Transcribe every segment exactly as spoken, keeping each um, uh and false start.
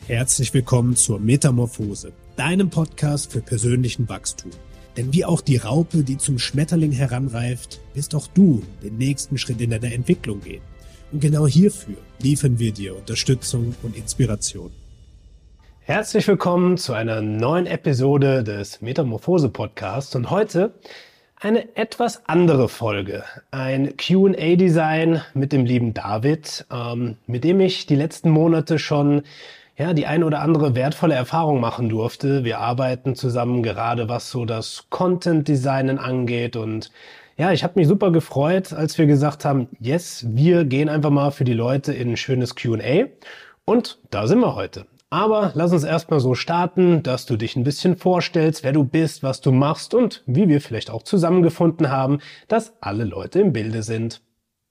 Herzlich willkommen zur Metamorphose, deinem Podcast für persönlichen Wachstum. Denn wie auch die Raupe, die zum Schmetterling heranreift, wirst auch du den nächsten Schritt in deiner Entwicklung gehen. Und genau hierfür liefern wir dir Unterstützung und Inspiration. Herzlich willkommen zu einer neuen Episode des Metamorphose-Podcasts und heute eine etwas andere Folge. Ein Q und A-Design mit dem lieben David, ähm, mit dem ich die letzten Monate schon ja, die ein oder andere wertvolle Erfahrung machen durfte. Wir arbeiten zusammen gerade, was so das Content-Designen angeht und ja, ich habe mich super gefreut, als wir gesagt haben, yes, wir gehen einfach mal für die Leute in ein schönes Q und A und da sind wir heute. Aber lass uns erstmal so starten, dass du dich ein bisschen vorstellst, wer du bist, was du machst und wie wir vielleicht auch zusammengefunden haben, dass alle Leute im Bilde sind.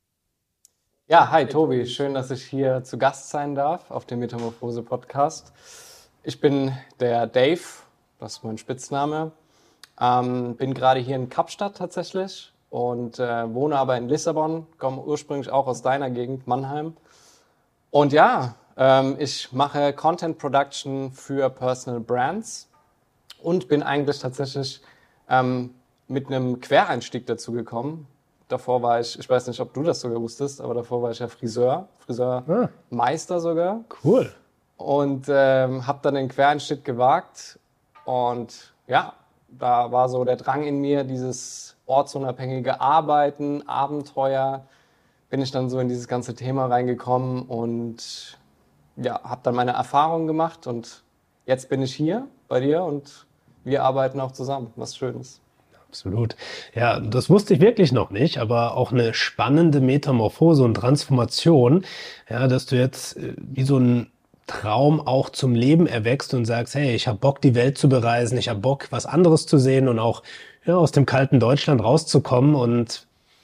Ja, hi Tobi, schön, dass ich hier zu Gast sein darf auf dem Metamorphose Podcast. Ich bin der Dave, das ist mein Spitzname, ähm, bin gerade hier in Kapstadt tatsächlich und äh, wohne aber in Lissabon, komme ursprünglich auch aus deiner Gegend, Mannheim. Und ja, ähm, ich mache Content Production für Personal Brands und bin eigentlich tatsächlich ähm, mit einem Quereinstieg dazu gekommen. Davor war ich, ich weiß nicht, ob du das sogar wusstest, aber davor war ich ja Friseur, Friseurmeister ah, sogar. Cool. Und ähm, habe dann den Quereinstieg gewagt und ja, da war so der Drang in mir, dieses ortsunabhängige Arbeiten, Abenteuer, bin ich dann so in dieses ganze Thema reingekommen und ja, habe dann meine Erfahrungen gemacht und jetzt bin ich hier bei dir und wir arbeiten auch zusammen, was Schönes. Absolut. Ja, das wusste ich wirklich noch nicht, aber auch eine spannende Metamorphose und Transformation, ja, dass du jetzt äh, wie so ein Traum auch zum Leben erwächst und sagst, hey, ich habe Bock, die Welt zu bereisen, ich habe Bock, was anderes zu sehen und auch ja, aus dem kalten Deutschland rauszukommen und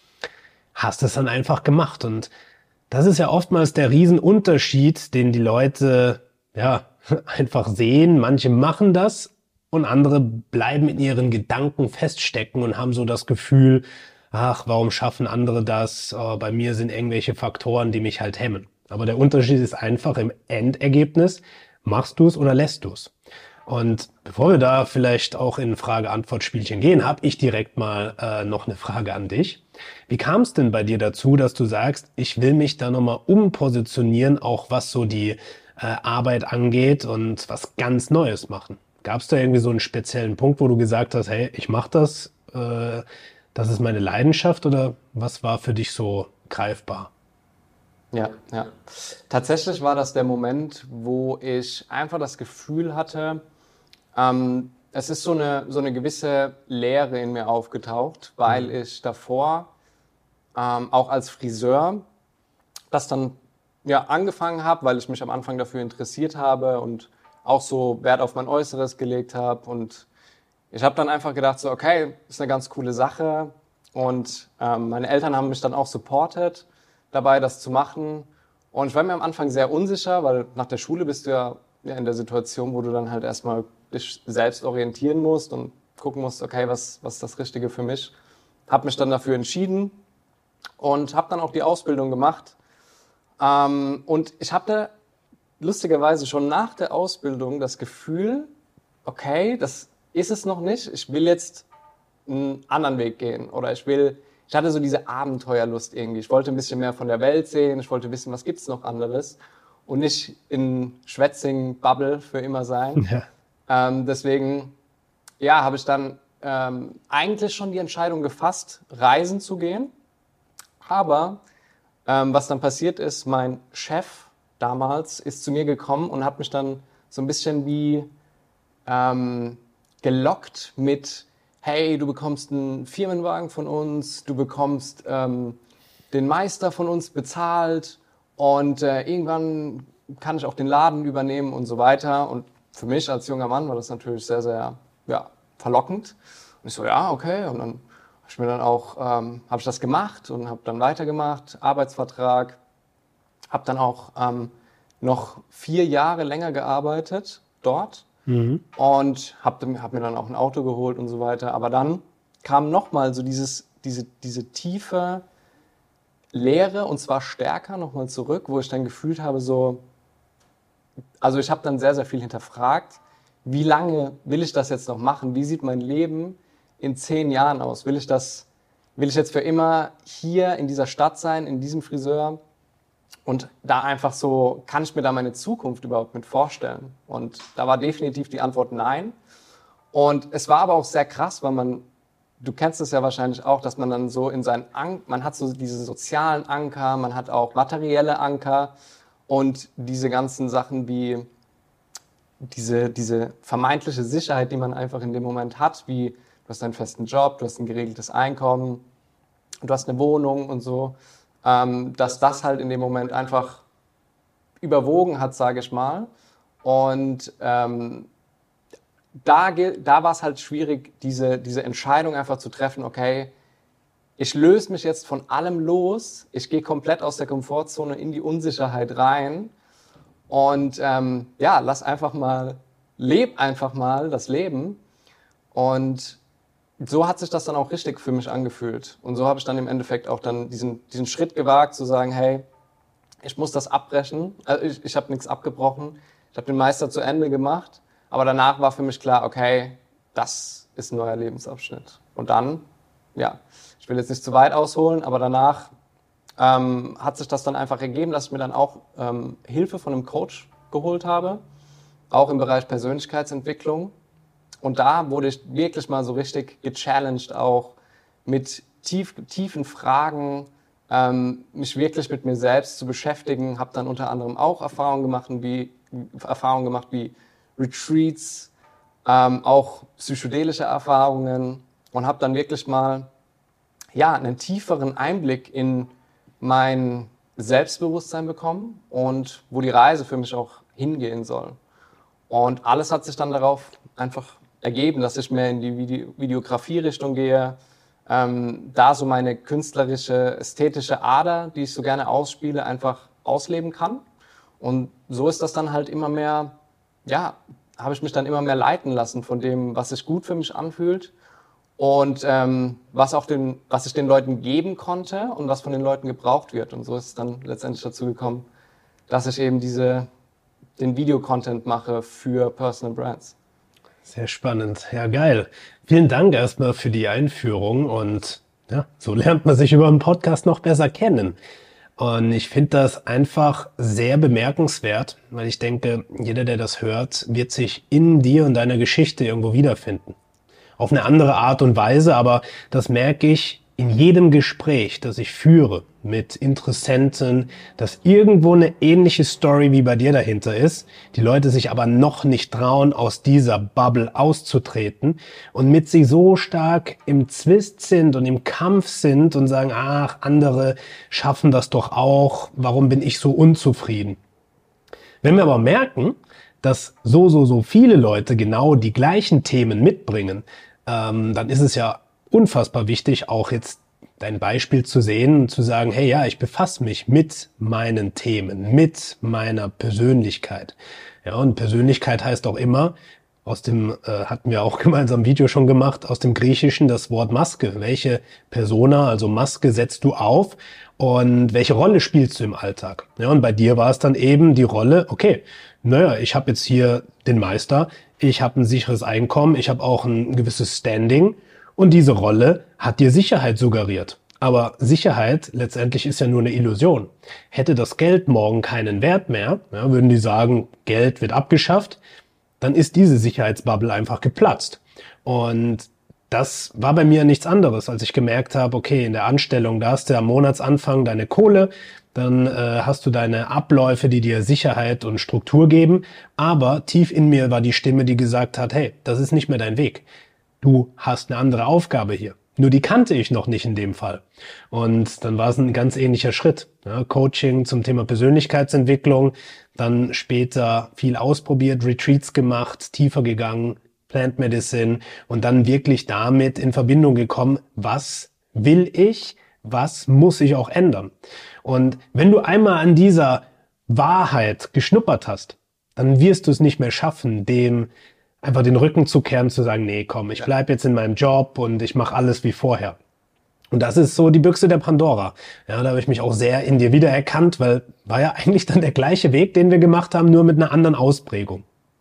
hast es dann einfach gemacht. Und das ist ja oftmals der Riesenunterschied, den die Leute ja einfach sehen. Manche machen das und andere bleiben in ihren Gedanken feststecken und haben so das Gefühl, ach, warum schaffen andere das? Oh, bei mir sind irgendwelche Faktoren, die mich halt hemmen. Aber der Unterschied ist einfach im Endergebnis, machst du es oder lässt du es? Und bevor wir da vielleicht auch in Frage-Antwort-Spielchen gehen, habe ich direkt mal äh, noch eine Frage an dich. Wie kam es denn bei dir dazu, dass du sagst, ich will mich da nochmal umpositionieren, auch was so die äh, Arbeit angeht und was ganz Neues machen? Gab es da irgendwie so einen speziellen Punkt, wo du gesagt hast, hey, ich mache das, äh, das ist meine Leidenschaft oder was war für dich so greifbar? Ja, ja. Tatsächlich war das der Moment, wo ich einfach das Gefühl hatte, ähm, es ist so eine, so eine gewisse Leere in mir aufgetaucht, weil mhm. ich davor ähm, auch als Friseur das dann ja angefangen habe, weil ich mich am Anfang dafür interessiert habe und auch so Wert auf mein Äußeres gelegt habe. Und ich habe dann einfach gedacht, so okay, ist eine ganz coole Sache. Und ähm, meine Eltern haben mich dann auch supportet dabei, das zu machen. Und ich war mir am Anfang sehr unsicher, weil nach der Schule bist du ja, ja in der Situation, wo du dann halt erstmal dich selbst orientieren musst und gucken musst, okay, was, was ist das Richtige für mich. Habe mich dann dafür entschieden und habe dann auch die Ausbildung gemacht. Ähm, und ich hatte lustigerweise schon nach der Ausbildung das Gefühl, okay, das ist es noch nicht, ich will jetzt einen anderen Weg gehen oder ich will, ich hatte so diese Abenteuerlust irgendwie, ich wollte ein bisschen mehr von der Welt sehen, ich wollte wissen, was gibt's noch anderes und nicht in Schwetzing-Bubble für immer sein. Ja. Ähm, deswegen, ja, habe ich dann ähm, eigentlich schon die Entscheidung gefasst, reisen zu gehen, aber ähm, was dann passiert ist, mein Chef damals ist zu mir gekommen und hat mich dann so ein bisschen wie ähm, gelockt mit, hey, du bekommst einen Firmenwagen von uns, du bekommst ähm, den Meister von uns bezahlt und äh, irgendwann kann ich auch den Laden übernehmen und so weiter. Und für mich als junger Mann war das natürlich sehr, sehr ja, verlockend. Und ich so, ja, okay. Und dann habe ich mir dann auch, ähm, habe ich das gemacht und habe dann weitergemacht, Arbeitsvertrag. Habe dann auch ähm, noch vier Jahre länger gearbeitet dort mhm. und habe hab mir dann auch ein Auto geholt und so weiter. Aber dann kam nochmal so dieses, diese, diese tiefe Leere und zwar stärker nochmal zurück, wo ich dann gefühlt habe, so, also ich habe dann sehr, sehr viel hinterfragt, wie lange will ich das jetzt noch machen? Wie sieht mein Leben in zehn Jahren aus? Will ich das, will ich jetzt für immer hier in dieser Stadt sein, in diesem Friseur? Und da einfach so, kann ich mir da meine Zukunft überhaupt mit vorstellen? Und da war definitiv die Antwort nein. Und es war aber auch sehr krass, weil man, du kennst es ja wahrscheinlich auch, dass man dann so in seinen Anker, man hat so diese sozialen Anker, man hat auch materielle Anker und diese ganzen Sachen wie diese, diese vermeintliche Sicherheit, die man einfach in dem Moment hat, wie du hast einen festen Job, du hast ein geregeltes Einkommen, du hast eine Wohnung und so, ähm, dass das halt in dem Moment einfach überwogen hat, sage ich mal. Und ähm, da, da war es halt schwierig, diese, diese Entscheidung einfach zu treffen, okay, ich löse mich jetzt von allem los, ich gehe komplett aus der Komfortzone in die Unsicherheit rein und ähm, ja, lass einfach mal, leb einfach mal das Leben. Und so hat sich das dann auch richtig für mich angefühlt. Und so habe ich dann im Endeffekt auch dann diesen, diesen Schritt gewagt, zu sagen, hey, ich muss das abbrechen. Also ich, ich habe nichts abgebrochen, ich habe den Meister zu Ende gemacht. Aber danach war für mich klar, okay, das ist ein neuer Lebensabschnitt. Und dann, ja, ich will jetzt nicht zu weit ausholen, aber danach ähm, hat sich das dann einfach ergeben, dass ich mir dann auch ähm, Hilfe von einem Coach geholt habe, auch im Bereich Persönlichkeitsentwicklung. Und da wurde ich wirklich mal so richtig gechallenged, auch mit tief, tiefen Fragen, ähm, mich wirklich mit mir selbst zu beschäftigen. Habe dann unter anderem auch Erfahrungen gemacht, wie, Erfahrungen gemacht wie Retreats, ähm, auch psychedelische Erfahrungen und habe dann wirklich mal ja, einen tieferen Einblick in mein Selbstbewusstsein bekommen und wo die Reise für mich auch hingehen soll. Und alles hat sich dann darauf einfach ergeben, dass ich mehr in die Vide- Videografie-Richtung gehe, ähm, da so meine künstlerische, ästhetische Ader, die ich so gerne ausspiele, einfach ausleben kann. Und so ist das dann halt immer mehr, ja, habe ich mich dann immer mehr leiten lassen von dem, was sich gut für mich anfühlt und ähm, was auch den, was ich den Leuten geben konnte und was von den Leuten gebraucht wird. Und so ist es dann letztendlich dazu gekommen, dass ich eben diese, den Videocontent mache für Personal Brands. Sehr spannend. Ja, geil. Vielen Dank erstmal für die Einführung und ja, so lernt man sich über einen Podcast noch besser kennen. Und ich finde das einfach sehr bemerkenswert, weil ich denke, jeder, der das hört, wird sich in dir und deiner Geschichte irgendwo wiederfinden. Auf eine andere Art und Weise, aber das merke ich in jedem Gespräch, das ich führe mit Interessenten, dass irgendwo eine ähnliche Story wie bei dir dahinter ist, die Leute sich aber noch nicht trauen, aus dieser Bubble auszutreten und mit sich so stark im Zwist sind und im Kampf sind und sagen, ach, andere schaffen das doch auch, warum bin ich so unzufrieden? Wenn wir aber merken, dass so, so, so viele Leute genau die gleichen Themen mitbringen, ähm, dann ist es ja unfassbar wichtig, auch jetzt dein Beispiel zu sehen und zu sagen, hey, ja, ich befasse mich mit meinen Themen, mit meiner Persönlichkeit. Ja, und Persönlichkeit heißt auch immer, aus dem, äh, hatten wir auch gemeinsam ein Video schon gemacht, aus dem Griechischen das Wort Maske. Welche Persona, also Maske, setzt du auf und welche Rolle spielst du im Alltag? Ja, und bei dir war es dann eben die Rolle, okay, naja, ich habe jetzt hier den Meister, ich habe ein sicheres Einkommen, ich habe auch ein gewisses Standing und diese Rolle hat dir Sicherheit suggeriert. Aber Sicherheit letztendlich ist ja nur eine Illusion. Hätte das Geld morgen keinen Wert mehr, ja, würden die sagen, Geld wird abgeschafft, dann ist diese Sicherheitsbubble einfach geplatzt. Und das war bei mir nichts anderes, als ich gemerkt habe, okay, in der Anstellung, da hast du am Monatsanfang deine Kohle, dann äh, hast du deine Abläufe, die dir Sicherheit und Struktur geben, aber tief in mir war die Stimme, die gesagt hat, hey, das ist nicht mehr dein Weg. Du hast eine andere Aufgabe hier. Nur die kannte ich noch nicht in dem Fall. Und dann war es ein ganz ähnlicher Schritt. Ja, Coaching zum Thema Persönlichkeitsentwicklung, dann später viel ausprobiert, Retreats gemacht, tiefer gegangen, Plant Medicine und dann wirklich damit in Verbindung gekommen, was will ich, was muss ich auch ändern. Und wenn du einmal an dieser Wahrheit geschnuppert hast, dann wirst du es nicht mehr schaffen, dem einfach den Rücken zu kehren, zu sagen, nee, komm, ich bleib jetzt in meinem Job und ich mache alles wie vorher. Und das ist so die Büchse der Pandora. Ja, da habe ich mich auch sehr in dir wiedererkannt, weil war ja eigentlich dann der gleiche Weg, den wir gemacht haben, nur mit einer anderen Ausprägung.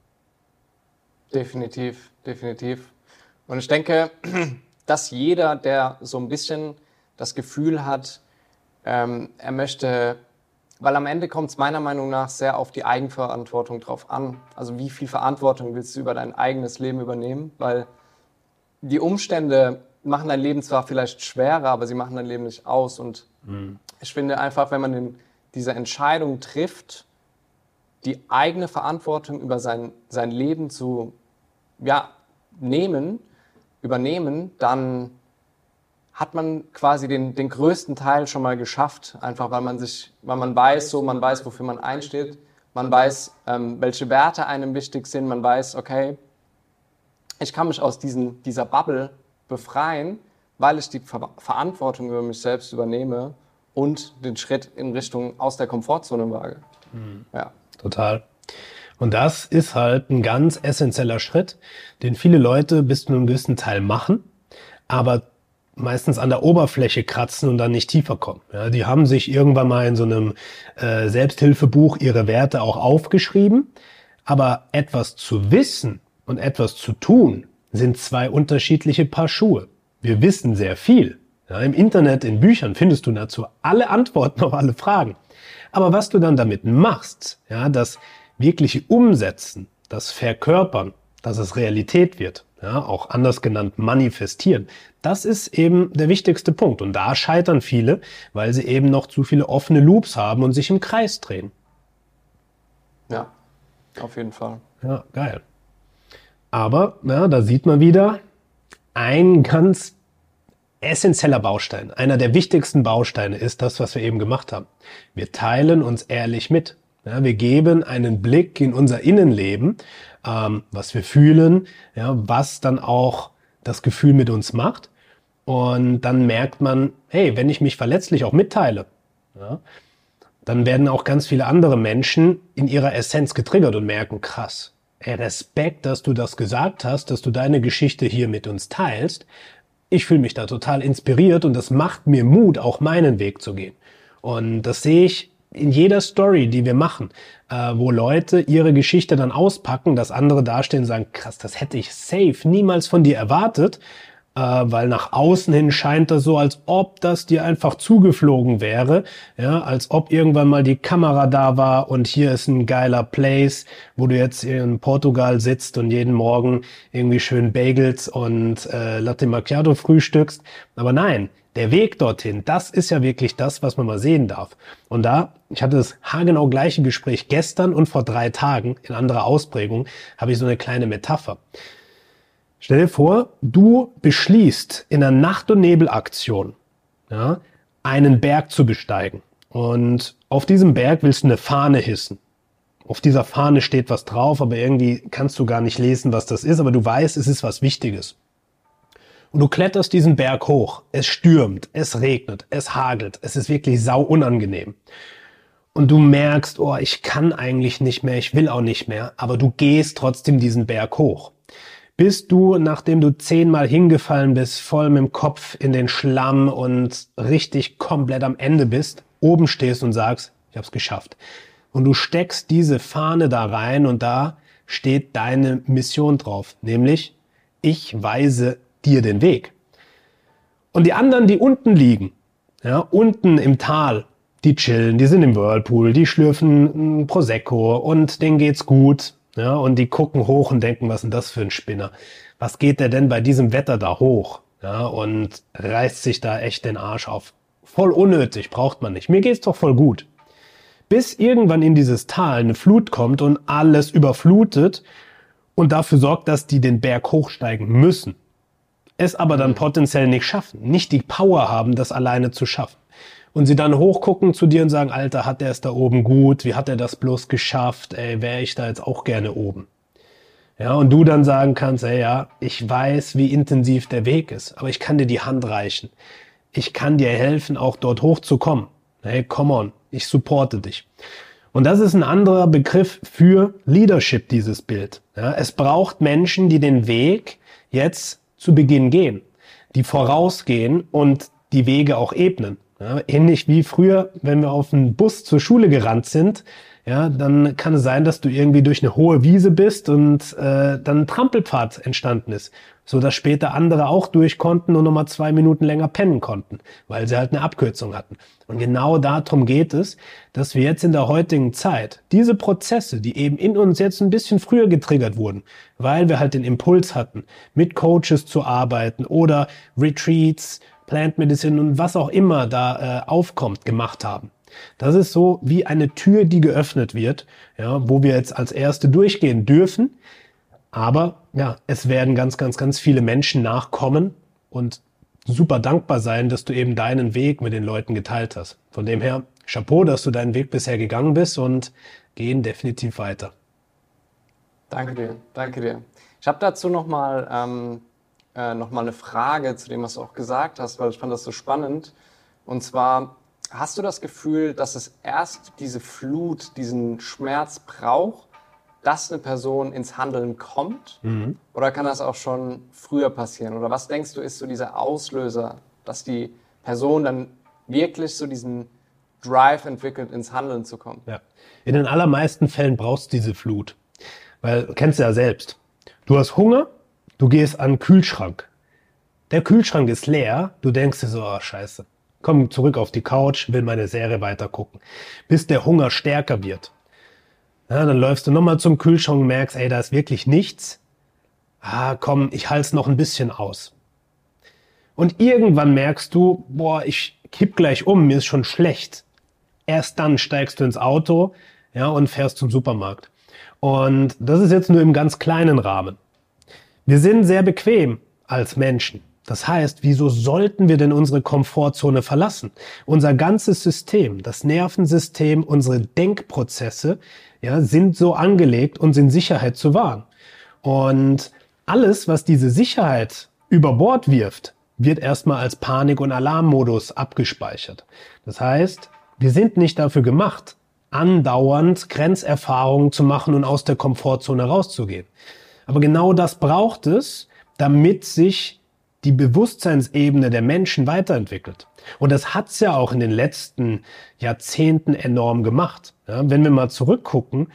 Definitiv, definitiv. Und ich denke, dass jeder, der so ein bisschen das Gefühl hat, ähm, er möchte, weil am Ende kommt es meiner Meinung nach sehr auf die Eigenverantwortung drauf an. Also wie viel Verantwortung willst du über dein eigenes Leben übernehmen? Weil die Umstände machen dein Leben zwar vielleicht schwerer, aber sie machen dein Leben nicht aus. Und mhm. ich finde einfach, wenn man den, diese Entscheidung trifft, die eigene Verantwortung über sein, sein Leben zu ja, nehmen, übernehmen, dann hat man quasi den, den größten Teil schon mal geschafft. Einfach weil man sich, weil man weiß, so, man weiß, wofür man einsteht, man weiß, ähm, welche Werte einem wichtig sind, man weiß, okay, ich kann mich aus diesen, dieser Bubble befreien, weil ich die Ver- Verantwortung über mich selbst übernehme und den Schritt in Richtung aus der Komfortzone wage. Mhm. Ja. Total. Und das ist halt ein ganz essentieller Schritt, den viele Leute bis zu einem gewissen Teil machen, aber meistens an der Oberfläche kratzen und dann nicht tiefer kommen. Ja, die haben sich irgendwann mal in so einem äh, Selbsthilfebuch ihre Werte auch aufgeschrieben, aber etwas zu wissen und etwas zu tun sind zwei unterschiedliche Paar Schuhe. Wir wissen sehr viel. Ja, im Internet, in Büchern findest du dazu alle Antworten auf alle Fragen. Aber was du dann damit machst, ja, das wirkliche Umsetzen, das Verkörpern, dass es Realität wird, ja, auch anders genannt manifestieren, das ist eben der wichtigste Punkt. Und da scheitern viele, weil sie eben noch zu viele offene Loops haben und sich im Kreis drehen. Ja, auf jeden Fall. Ja, geil. Aber ja, da sieht man wieder ein ganz essentieller Baustein, einer der wichtigsten Bausteine ist das, was wir eben gemacht haben. Wir teilen uns ehrlich mit. Ja, wir geben einen Blick in unser Innenleben, ähm, was wir fühlen, ja, was dann auch das Gefühl mit uns macht. Und dann merkt man, hey, wenn ich mich verletzlich auch mitteile, ja, dann werden auch ganz viele andere Menschen in ihrer Essenz getriggert und merken, krass, ey, Respekt, dass du das gesagt hast, dass du deine Geschichte hier mit uns teilst. Ich fühle mich da total inspiriert und das macht mir Mut, auch meinen Weg zu gehen. Und das sehe ich in jeder Story, die wir machen, äh, wo Leute ihre Geschichte dann auspacken, dass andere dastehen und sagen, krass, das hätte ich safe niemals von dir erwartet, äh, weil nach außen hin scheint das so, als ob das dir einfach zugeflogen wäre, ja, als ob irgendwann mal die Kamera da war und hier ist ein geiler Place, wo du jetzt in Portugal sitzt und jeden Morgen irgendwie schön Bagels und äh, Latte Macchiato frühstückst. Aber nein, der Weg dorthin, das ist ja wirklich das, was man mal sehen darf. Und da, ich hatte das haargenau gleiche Gespräch gestern und vor drei Tagen in anderer Ausprägung, habe ich so eine kleine Metapher. Stell dir vor, du beschließt in einer Nacht- und Nebelaktion, ja, einen Berg zu besteigen. Und auf diesem Berg willst du eine Fahne hissen. Auf dieser Fahne steht was drauf, aber irgendwie kannst du gar nicht lesen, was das ist, aber du weißt, es ist was Wichtiges. Und du kletterst diesen Berg hoch. Es stürmt, es regnet, es hagelt. Es ist wirklich sau unangenehm. Und du merkst, oh, ich kann eigentlich nicht mehr, ich will auch nicht mehr. Aber du gehst trotzdem diesen Berg hoch. Bis du, nachdem du zehnmal hingefallen bist, voll mit dem Kopf in den Schlamm und richtig komplett am Ende bist, oben stehst und sagst, ich hab's geschafft. Und du steckst diese Fahne da rein und da steht deine Mission drauf. Nämlich, ich weise dir den Weg. Und die anderen, die unten liegen, ja, unten im Tal, die chillen, die sind im Whirlpool, die schlürfen ein Prosecco und denen geht's gut, ja, und die gucken hoch und denken, was ist denn das für ein Spinner? Was geht der denn bei diesem Wetter da hoch? Ja, und reißt sich da echt den Arsch auf. Voll unnötig, braucht man nicht. Mir geht's doch voll gut. Bis irgendwann in dieses Tal eine Flut kommt und alles überflutet und dafür sorgt, dass die den Berg hochsteigen müssen. Es aber dann potenziell nicht schaffen, nicht die Power haben, das alleine zu schaffen. Und sie dann hochgucken zu dir und sagen, Alter, hat der es da oben gut? Wie hat er das bloß geschafft? Ey, wäre ich da jetzt auch gerne oben? Ja, und du dann sagen kannst, ey, ja, ich weiß, wie intensiv der Weg ist, aber ich kann dir die Hand reichen. Ich kann dir helfen, auch dort hochzukommen. Hey, come on, ich supporte dich. Und das ist ein anderer Begriff für Leadership, dieses Bild. Ja, es braucht Menschen, die den Weg jetzt zu Beginn gehen, die vorausgehen und die Wege auch ebnen. Ja, ähnlich wie früher, wenn wir auf einen Bus zur Schule gerannt sind, ja, dann kann es sein, dass du irgendwie durch eine hohe Wiese bist und äh, dann ein Trampelpfad entstanden ist, so dass später andere auch durch konnten und nochmal zwei Minuten länger pennen konnten, weil sie halt eine Abkürzung hatten. Und genau darum geht es, dass wir jetzt in der heutigen Zeit diese Prozesse, die eben in uns jetzt ein bisschen früher getriggert wurden, weil wir halt den Impuls hatten, mit Coaches zu arbeiten oder Retreats, Plant Medicine und was auch immer da äh, aufkommt, gemacht haben. Das ist so wie eine Tür, die geöffnet wird, ja, wo wir jetzt als Erste durchgehen dürfen. Aber ja, es werden ganz, ganz, ganz viele Menschen nachkommen und super dankbar sein, dass du eben deinen Weg mit den Leuten geteilt hast. Von dem her, Chapeau, dass du deinen Weg bisher gegangen bist und gehen definitiv weiter. Danke dir, danke dir. Ich habe dazu nochmal ähm, äh, noch mal eine Frage zu dem, was du auch gesagt hast, weil ich fand das so spannend. Und zwar, hast du das Gefühl, dass es erst diese Flut, diesen Schmerz braucht, dass eine Person ins Handeln kommt? Mhm. Oder kann das auch schon früher passieren? Oder was denkst du, ist so dieser Auslöser, dass die Person dann wirklich so diesen Drive entwickelt, ins Handeln zu kommen? Ja. In den allermeisten Fällen brauchst du diese Flut. Weil, du kennst ja selbst, du hast Hunger, du gehst an den Kühlschrank. Der Kühlschrank ist leer, du denkst dir so, oh scheiße. Komm zurück auf die Couch, will meine Serie weiter gucken. Bis der Hunger stärker wird. Ja, dann läufst du nochmal zum Kühlschrank und merkst, ey, da ist wirklich nichts. Ah, komm, ich halte es noch ein bisschen aus. Und irgendwann merkst du, boah, ich kipp gleich um, mir ist schon schlecht. Erst dann steigst du ins Auto, ja, und fährst zum Supermarkt. Und das ist jetzt nur im ganz kleinen Rahmen. Wir sind sehr bequem als Menschen. Das heißt, wieso sollten wir denn unsere Komfortzone verlassen? Unser ganzes System, das Nervensystem, unsere Denkprozesse, ja, sind so angelegt, uns in Sicherheit zu wahren. Und alles, was diese Sicherheit über Bord wirft, wird erstmal als Panik- und Alarmmodus abgespeichert. Das heißt, wir sind nicht dafür gemacht, andauernd Grenzerfahrungen zu machen und aus der Komfortzone rauszugehen. Aber genau das braucht es, damit sich die Bewusstseinsebene der Menschen weiterentwickelt. Und das hat's ja auch in den letzten Jahrzehnten enorm gemacht. Ja, wenn wir mal zurückgucken,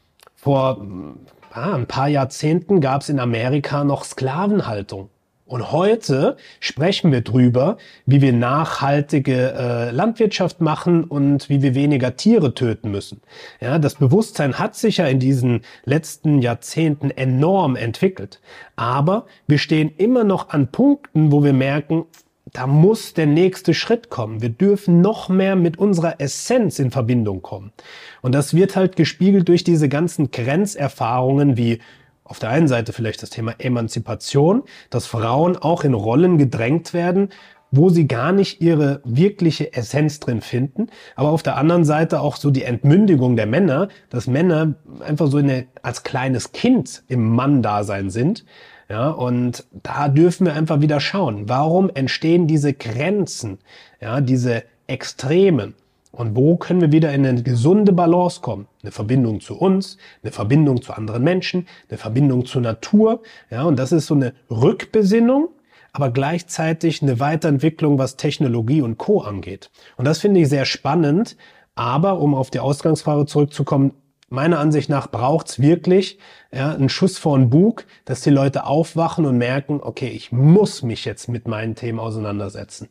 vor ah, ein paar Jahrzehnten gab's in Amerika noch Sklavenhaltung. Und heute sprechen wir drüber, wie wir nachhaltige äh, Landwirtschaft machen und wie wir weniger Tiere töten müssen. Ja, das Bewusstsein hat sich ja in diesen letzten Jahrzehnten enorm entwickelt. Aber wir stehen immer noch an Punkten, wo wir merken, da muss der nächste Schritt kommen. Wir dürfen noch mehr mit unserer Essenz in Verbindung kommen. Und das wird halt gespiegelt durch diese ganzen Grenzerfahrungen wie auf der einen Seite vielleicht das Thema Emanzipation, dass Frauen auch in Rollen gedrängt werden, wo sie gar nicht ihre wirkliche Essenz drin finden. Aber auf der anderen Seite auch so die Entmündigung der Männer, dass Männer einfach so eine, als kleines Kind im Mann-Dasein sind. Ja, und da dürfen wir einfach wieder schauen, warum entstehen diese Grenzen, ja, diese Extremen? Und wo können wir wieder in eine gesunde Balance kommen? Eine Verbindung zu uns, eine Verbindung zu anderen Menschen, eine Verbindung zur Natur. Ja, und das ist so eine Rückbesinnung, aber gleichzeitig eine Weiterentwicklung, was Technologie und Co. angeht. Und das finde ich sehr spannend. Aber um auf die Ausgangsfrage zurückzukommen, meiner Ansicht nach braucht's wirklich ja, einen Schuss vor den Bug, dass die Leute aufwachen und merken, okay, ich muss mich jetzt mit meinen Themen auseinandersetzen.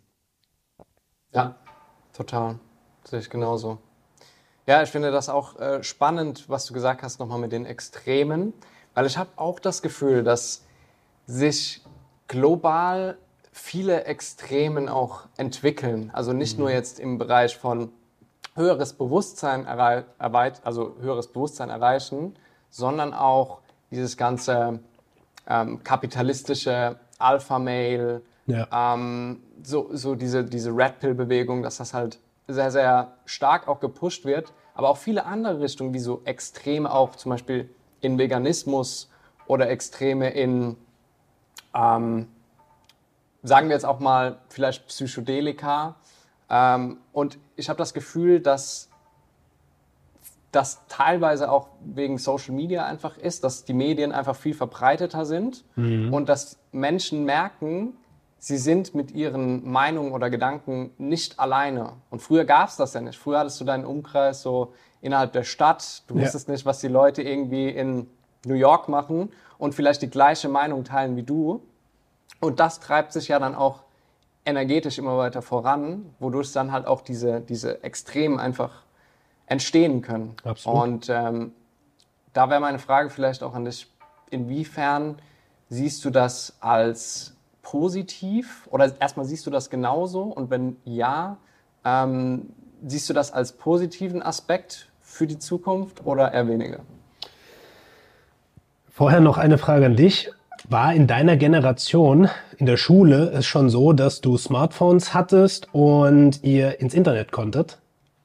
Ja, total. Sehe ich genauso. Ja, ich finde das auch äh, spannend, was du gesagt hast, nochmal mit den Extremen, weil ich habe auch das Gefühl, dass sich global viele Extremen auch entwickeln. Also nicht mhm. nur jetzt im Bereich von höheres Bewusstsein, errei- erweit- also höheres Bewusstsein erreichen, sondern auch dieses ganze ähm, kapitalistische Alpha-Mail, ja. ähm, so, so diese, diese Red-Pill-Bewegung, dass das halt sehr, sehr stark auch gepusht wird, aber auch viele andere Richtungen, wie so Extreme auch zum Beispiel in Veganismus oder Extreme in, ähm, sagen wir jetzt auch mal, vielleicht Psychedelika. Ähm, und ich habe das Gefühl, dass das teilweise auch wegen Social Media einfach ist, dass die Medien einfach viel verbreiteter sind mhm. und dass Menschen merken, sie sind mit ihren Meinungen oder Gedanken nicht alleine. Und früher gab es das ja nicht. Früher hattest du deinen Umkreis so innerhalb der Stadt. Du Ja. wusstest nicht, was die Leute irgendwie in New York machen und vielleicht die gleiche Meinung teilen wie du. Und das treibt sich ja dann auch energetisch immer weiter voran, wodurch dann halt auch diese, diese Extremen einfach entstehen können. Absolut. Und ähm, da wäre meine Frage vielleicht auch an dich, inwiefern siehst du das als positiv oder erstmal siehst du das genauso und wenn ja, ähm, siehst du das als positiven Aspekt für die Zukunft oder eher weniger? Vorher noch eine Frage an dich. War in deiner Generation in der Schule es schon so, dass du Smartphones hattest und ihr ins Internet konntet?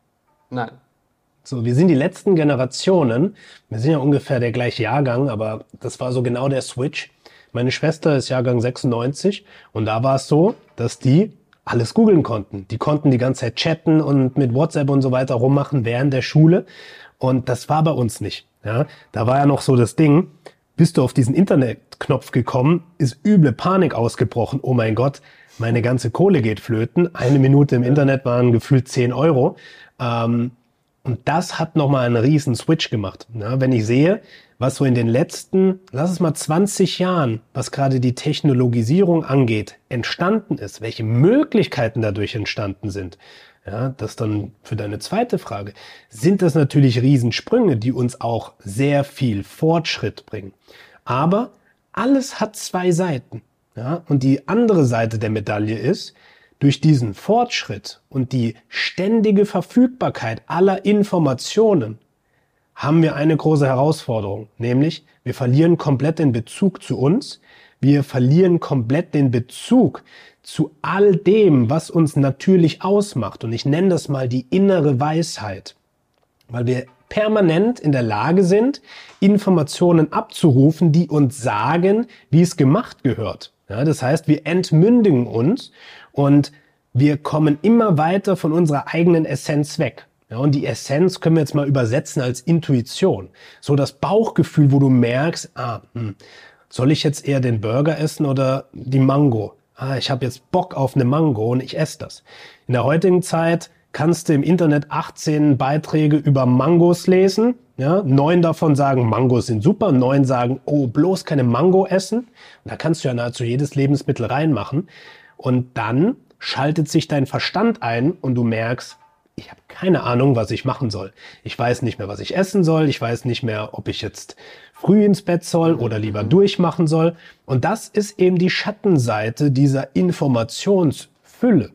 Nein. So, wir sind die letzten Generationen. Wir sind ja ungefähr der gleiche Jahrgang, aber das war so genau der Switch. Meine Schwester ist Jahrgang sechsundneunzig und da war es so, dass die alles googeln konnten. Die konnten die ganze Zeit chatten und mit WhatsApp und so weiter rummachen während der Schule. Und das war bei uns nicht. Ja, da war ja noch so das Ding, bist du auf diesen Internetknopf gekommen, ist üble Panik ausgebrochen. Oh mein Gott, meine ganze Kohle geht flöten. Eine Minute im Internet waren gefühlt zehn Euro. Ähm, und das hat nochmal einen riesen Switch gemacht. Ja, wenn ich sehe, was so in den letzten, lass es mal zwanzig Jahren, was gerade die Technologisierung angeht, entstanden ist, welche Möglichkeiten dadurch entstanden sind, ja, das dann für deine zweite Frage, sind das natürlich Riesensprünge, die uns auch sehr viel Fortschritt bringen. Aber alles hat zwei Seiten. Ja, und die andere Seite der Medaille ist, durch diesen Fortschritt und die ständige Verfügbarkeit aller Informationen haben wir eine große Herausforderung, nämlich wir verlieren komplett den Bezug zu uns, wir verlieren komplett den Bezug zu all dem, was uns natürlich ausmacht. Und ich nenne das mal die innere Weisheit, weil wir permanent in der Lage sind, Informationen abzurufen, die uns sagen, wie es gemacht gehört. Ja, das heißt, wir entmündigen uns und wir kommen immer weiter von unserer eigenen Essenz weg. Ja, und die Essenz können wir jetzt mal übersetzen als Intuition. So das Bauchgefühl, wo du merkst, ah, hm, soll ich jetzt eher den Burger essen oder die Mango? Ah, ich habe jetzt Bock auf eine Mango und ich esse das. In der heutigen Zeit kannst du im Internet achtzehn Beiträge über Mangos lesen. Ja, neun davon sagen, Mangos sind super, neun sagen, oh, bloß keine Mango essen. Und da kannst du ja nahezu jedes Lebensmittel reinmachen. Und dann schaltet sich dein Verstand ein und du merkst, ich habe keine Ahnung, was ich machen soll. Ich weiß nicht mehr, was ich essen soll. Ich weiß nicht mehr, ob ich jetzt früh ins Bett soll oder lieber durchmachen soll. Und das ist eben die Schattenseite dieser Informationsfülle.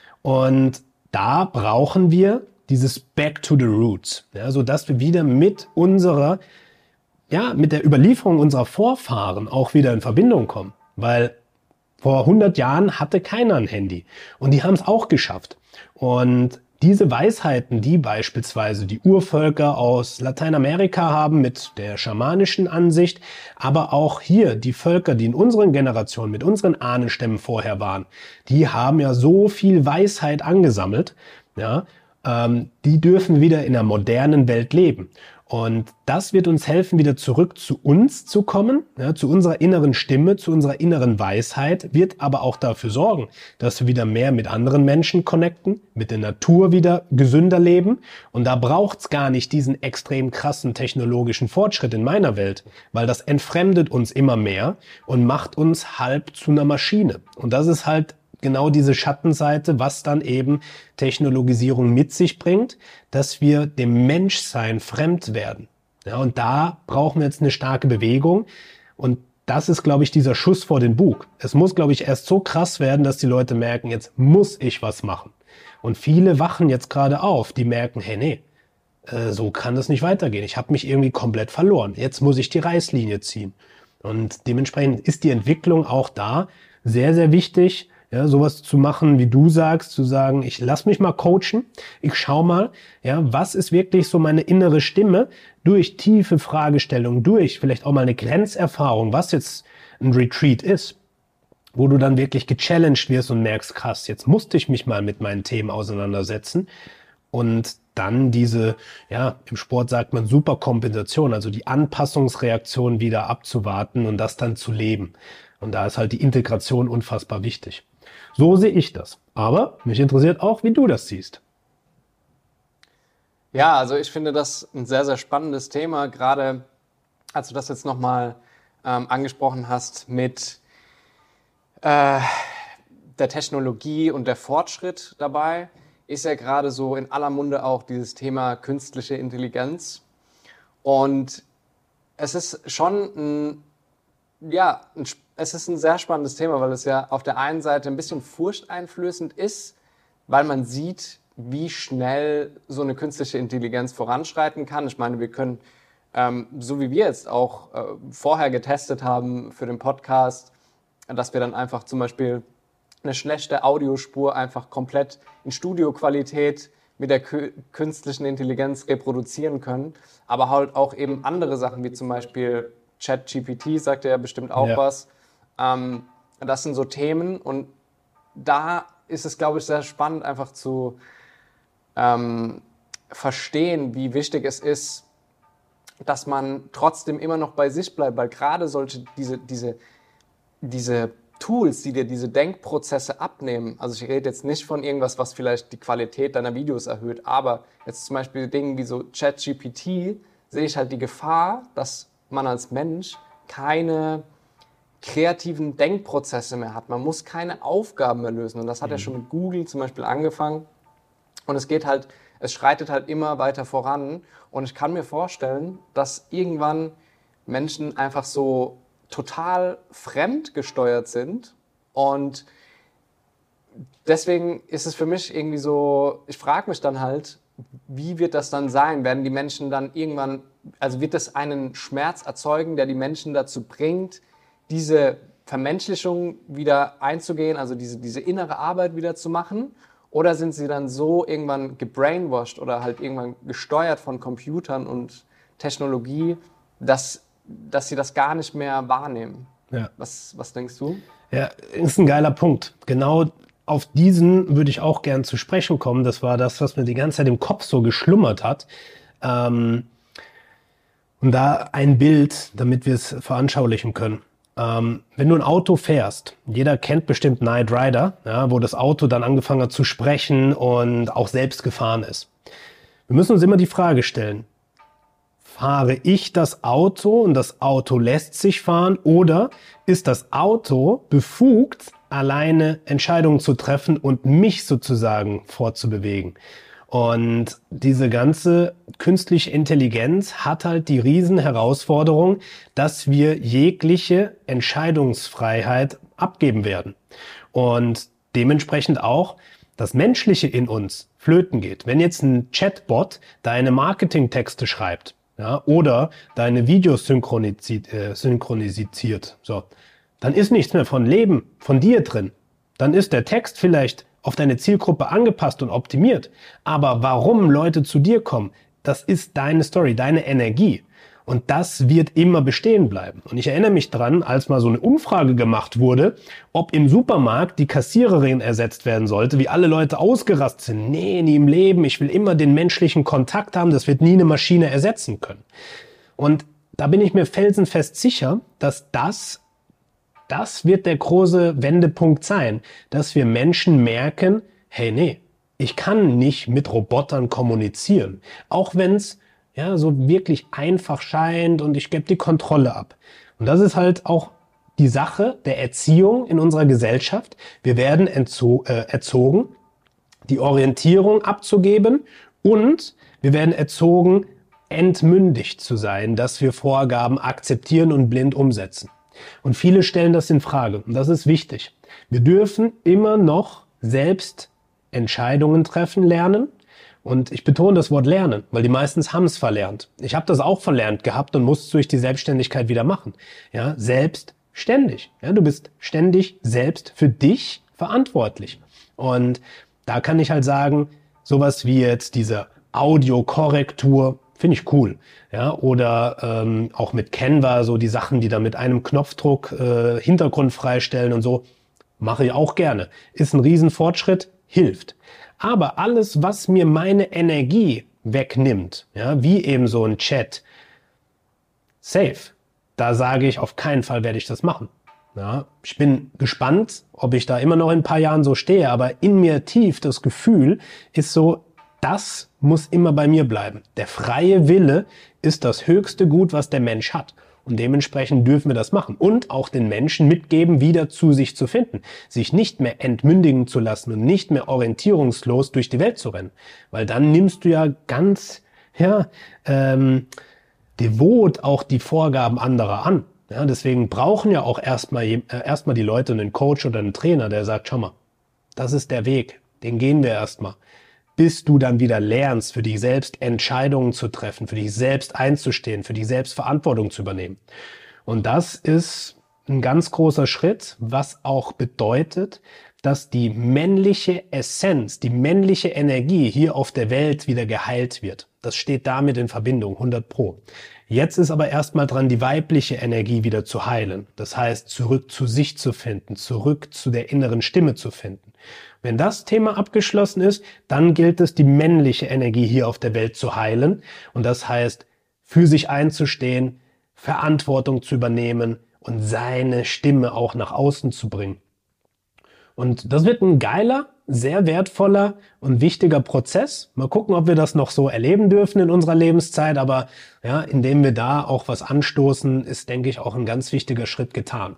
Und da brauchen wir dieses Back to the Roots, ja, sodass wir wieder mit unserer, ja, mit der Überlieferung unserer Vorfahren auch wieder in Verbindung kommen. Weil vor hundert Jahren hatte keiner ein Handy. Und die haben es auch geschafft. Und diese Weisheiten, die beispielsweise die Urvölker aus Lateinamerika haben mit der schamanischen Ansicht, aber auch hier die Völker, die in unseren Generationen mit unseren Ahnenstämmen vorher waren, die haben ja so viel Weisheit angesammelt, ja, ähm, die dürfen wieder in einer modernen Welt leben. Und das wird uns helfen, wieder zurück zu uns zu kommen, ja, zu unserer inneren Stimme, zu unserer inneren Weisheit, wird aber auch dafür sorgen, dass wir wieder mehr mit anderen Menschen connecten, mit der Natur wieder gesünder leben. Und da braucht's gar nicht diesen extrem krassen technologischen Fortschritt in meiner Welt, weil das entfremdet uns immer mehr und macht uns halb zu einer Maschine. Und das ist halt genau diese Schattenseite, was dann eben Technologisierung mit sich bringt, dass wir dem Menschsein fremd werden. Ja, und da brauchen wir jetzt eine starke Bewegung. Und das ist, glaube ich, dieser Schuss vor den Bug. Es muss, glaube ich, erst so krass werden, dass die Leute merken, jetzt muss ich was machen. Und viele wachen jetzt gerade auf, die merken, hey, nee, äh, so kann das nicht weitergehen. Ich habe mich irgendwie komplett verloren. Jetzt muss ich die Reißlinie ziehen. Und dementsprechend ist die Entwicklung auch da sehr, sehr wichtig, ja, sowas zu machen, wie du sagst, zu sagen, ich lass mich mal coachen, ich schau mal, ja, was ist wirklich so meine innere Stimme durch tiefe Fragestellungen, durch vielleicht auch mal eine Grenzerfahrung, was jetzt ein Retreat ist, wo du dann wirklich gechallenged wirst und merkst, krass, jetzt musste ich mich mal mit meinen Themen auseinandersetzen und dann diese, ja, im Sport sagt man Superkompensation, also die Anpassungsreaktion wieder abzuwarten und das dann zu leben. Und da ist halt die Integration unfassbar wichtig. So sehe ich das. Aber mich interessiert auch, wie du das siehst. Ja, also ich finde das ein sehr, sehr spannendes Thema, gerade als du das jetzt nochmal ähm, angesprochen hast mit äh, der Technologie und der Fortschritt dabei, ist ja gerade so in aller Munde auch dieses Thema künstliche Intelligenz. Und es ist schon ein, ja, ein, es ist ein sehr spannendes Thema, weil es ja auf der einen Seite ein bisschen furchteinflößend ist, weil man sieht, wie schnell so eine künstliche Intelligenz voranschreiten kann. Ich meine, wir können, ähm, so wie wir jetzt auch äh, vorher getestet haben für den Podcast, dass wir dann einfach zum Beispiel eine schlechte Audiospur einfach komplett in Studioqualität mit der kü- künstlichen Intelligenz reproduzieren können, aber halt auch eben andere Sachen, wie zum Beispiel ChatGPT, sagt er ja bestimmt auch ja. was. Ähm, das sind so Themen und da ist es, glaube ich, sehr spannend, einfach zu ähm, verstehen, wie wichtig es ist, dass man trotzdem immer noch bei sich bleibt, weil gerade solche, diese, diese, diese Tools, die dir diese Denkprozesse abnehmen, also ich rede jetzt nicht von irgendwas, was vielleicht die Qualität deiner Videos erhöht, aber jetzt zum Beispiel Dinge wie so ChatGPT, sehe ich halt die Gefahr, dass man als Mensch keine kreativen Denkprozesse mehr hat. Man muss keine Aufgaben mehr lösen und das hat mhm. ja schon mit Google zum Beispiel angefangen und es geht halt, es schreitet halt immer weiter voran und ich kann mir vorstellen, dass irgendwann Menschen einfach so total fremdgesteuert sind und deswegen ist es für mich irgendwie so, ich frage mich dann halt, wie wird das dann sein? Werden die Menschen dann irgendwann, also wird das einen Schmerz erzeugen, der die Menschen dazu bringt, diese Vermenschlichung wieder einzugehen, also diese, diese innere Arbeit wieder zu machen? Oder sind sie dann so irgendwann gebrainwashed oder halt irgendwann gesteuert von Computern und Technologie, dass, dass sie das gar nicht mehr wahrnehmen? Ja. Was, was denkst du? Ja, ist ein geiler Punkt. Genau auf diesen würde ich auch gern zu sprechen kommen. Das war das, was mir die ganze Zeit im Kopf so geschlummert hat. Ähm, und da ein Bild, damit wir es veranschaulichen können. Ähm, wenn du ein Auto fährst, jeder kennt bestimmt Knight Rider, ja, wo das Auto dann angefangen hat zu sprechen und auch selbst gefahren ist. Wir müssen uns immer die Frage stellen, fahre ich das Auto und das Auto lässt sich fahren oder ist das Auto befugt, alleine Entscheidungen zu treffen und mich sozusagen fortzubewegen? Und diese ganze künstliche Intelligenz hat halt die Riesenherausforderung, dass wir jegliche Entscheidungsfreiheit abgeben werden. Und dementsprechend auch das Menschliche in uns flöten geht. Wenn jetzt ein Chatbot deine Marketingtexte schreibt, ja, oder deine Videos synchronisiert, äh, synchronisiert, so, dann ist nichts mehr von Leben, von dir drin. Dann ist der Text vielleicht auf deine Zielgruppe angepasst und optimiert. Aber warum Leute zu dir kommen, das ist deine Story, deine Energie. Und das wird immer bestehen bleiben. Und ich erinnere mich dran, als mal so eine Umfrage gemacht wurde, ob im Supermarkt die Kassiererin ersetzt werden sollte, wie alle Leute ausgerastet sind. Nee, nie im Leben, ich will immer den menschlichen Kontakt haben, das wird nie eine Maschine ersetzen können. Und da bin ich mir felsenfest sicher, dass das Das wird der große Wendepunkt sein, dass wir Menschen merken, hey, nee, ich kann nicht mit Robotern kommunizieren. Auch wenn es ja so wirklich einfach scheint und ich gebe die Kontrolle ab. Und das ist halt auch die Sache der Erziehung in unserer Gesellschaft. Wir werden entzo- äh, erzogen, die Orientierung abzugeben und wir werden erzogen, entmündigt zu sein, dass wir Vorgaben akzeptieren und blind umsetzen. Und viele stellen das in Frage. Und das ist wichtig. Wir dürfen immer noch selbst Entscheidungen treffen lernen. Und ich betone das Wort lernen, weil die meisten haben es verlernt. Ich habe das auch verlernt gehabt und musste durch die Selbstständigkeit wieder machen. Ja, selbstständig. Ja, du bist ständig selbst für dich verantwortlich. Und da kann ich halt sagen, sowas wie jetzt diese Audiokorrektur, finde ich cool. Ja, oder ähm, auch mit Canva, so die Sachen, die da mit einem Knopfdruck äh, Hintergrund freistellen und so, mache ich auch gerne. Ist ein Riesenfortschritt, hilft. Aber alles, was mir meine Energie wegnimmt, ja, wie eben so ein Chat, safe, da sage ich, auf keinen Fall werde ich das machen. Ja, ich bin gespannt, ob ich da immer noch in ein paar Jahren so stehe, aber in mir tief das Gefühl ist so, das muss immer bei mir bleiben. Der freie Wille ist das höchste Gut, was der Mensch hat. Und dementsprechend dürfen wir das machen. Und auch den Menschen mitgeben, wieder zu sich zu finden. Sich nicht mehr entmündigen zu lassen und nicht mehr orientierungslos durch die Welt zu rennen. Weil dann nimmst du ja ganz, ja, ähm, devot auch die Vorgaben anderer an. Ja, deswegen brauchen ja auch erstmal äh, erstmal die Leute einen Coach oder einen Trainer, der sagt, schau mal, das ist der Weg, den gehen wir erstmal. Bis du dann wieder lernst, für dich selbst Entscheidungen zu treffen, für dich selbst einzustehen, für dich selbst Verantwortung zu übernehmen. Und das ist ein ganz großer Schritt, was auch bedeutet, dass die männliche Essenz, die männliche Energie hier auf der Welt wieder geheilt wird. Das steht damit in Verbindung, hundert Pro. Jetzt ist aber erstmal dran, die weibliche Energie wieder zu heilen. Das heißt, zurück zu sich zu finden, zurück zu der inneren Stimme zu finden. Wenn das Thema abgeschlossen ist, dann gilt es, die männliche Energie hier auf der Welt zu heilen. Und das heißt, für sich einzustehen, Verantwortung zu übernehmen und seine Stimme auch nach außen zu bringen. Und das wird ein geiler, sehr wertvoller und wichtiger Prozess. Mal gucken, ob wir das noch so erleben dürfen in unserer Lebenszeit. Aber ja, indem wir da auch was anstoßen, ist, denke ich, auch ein ganz wichtiger Schritt getan.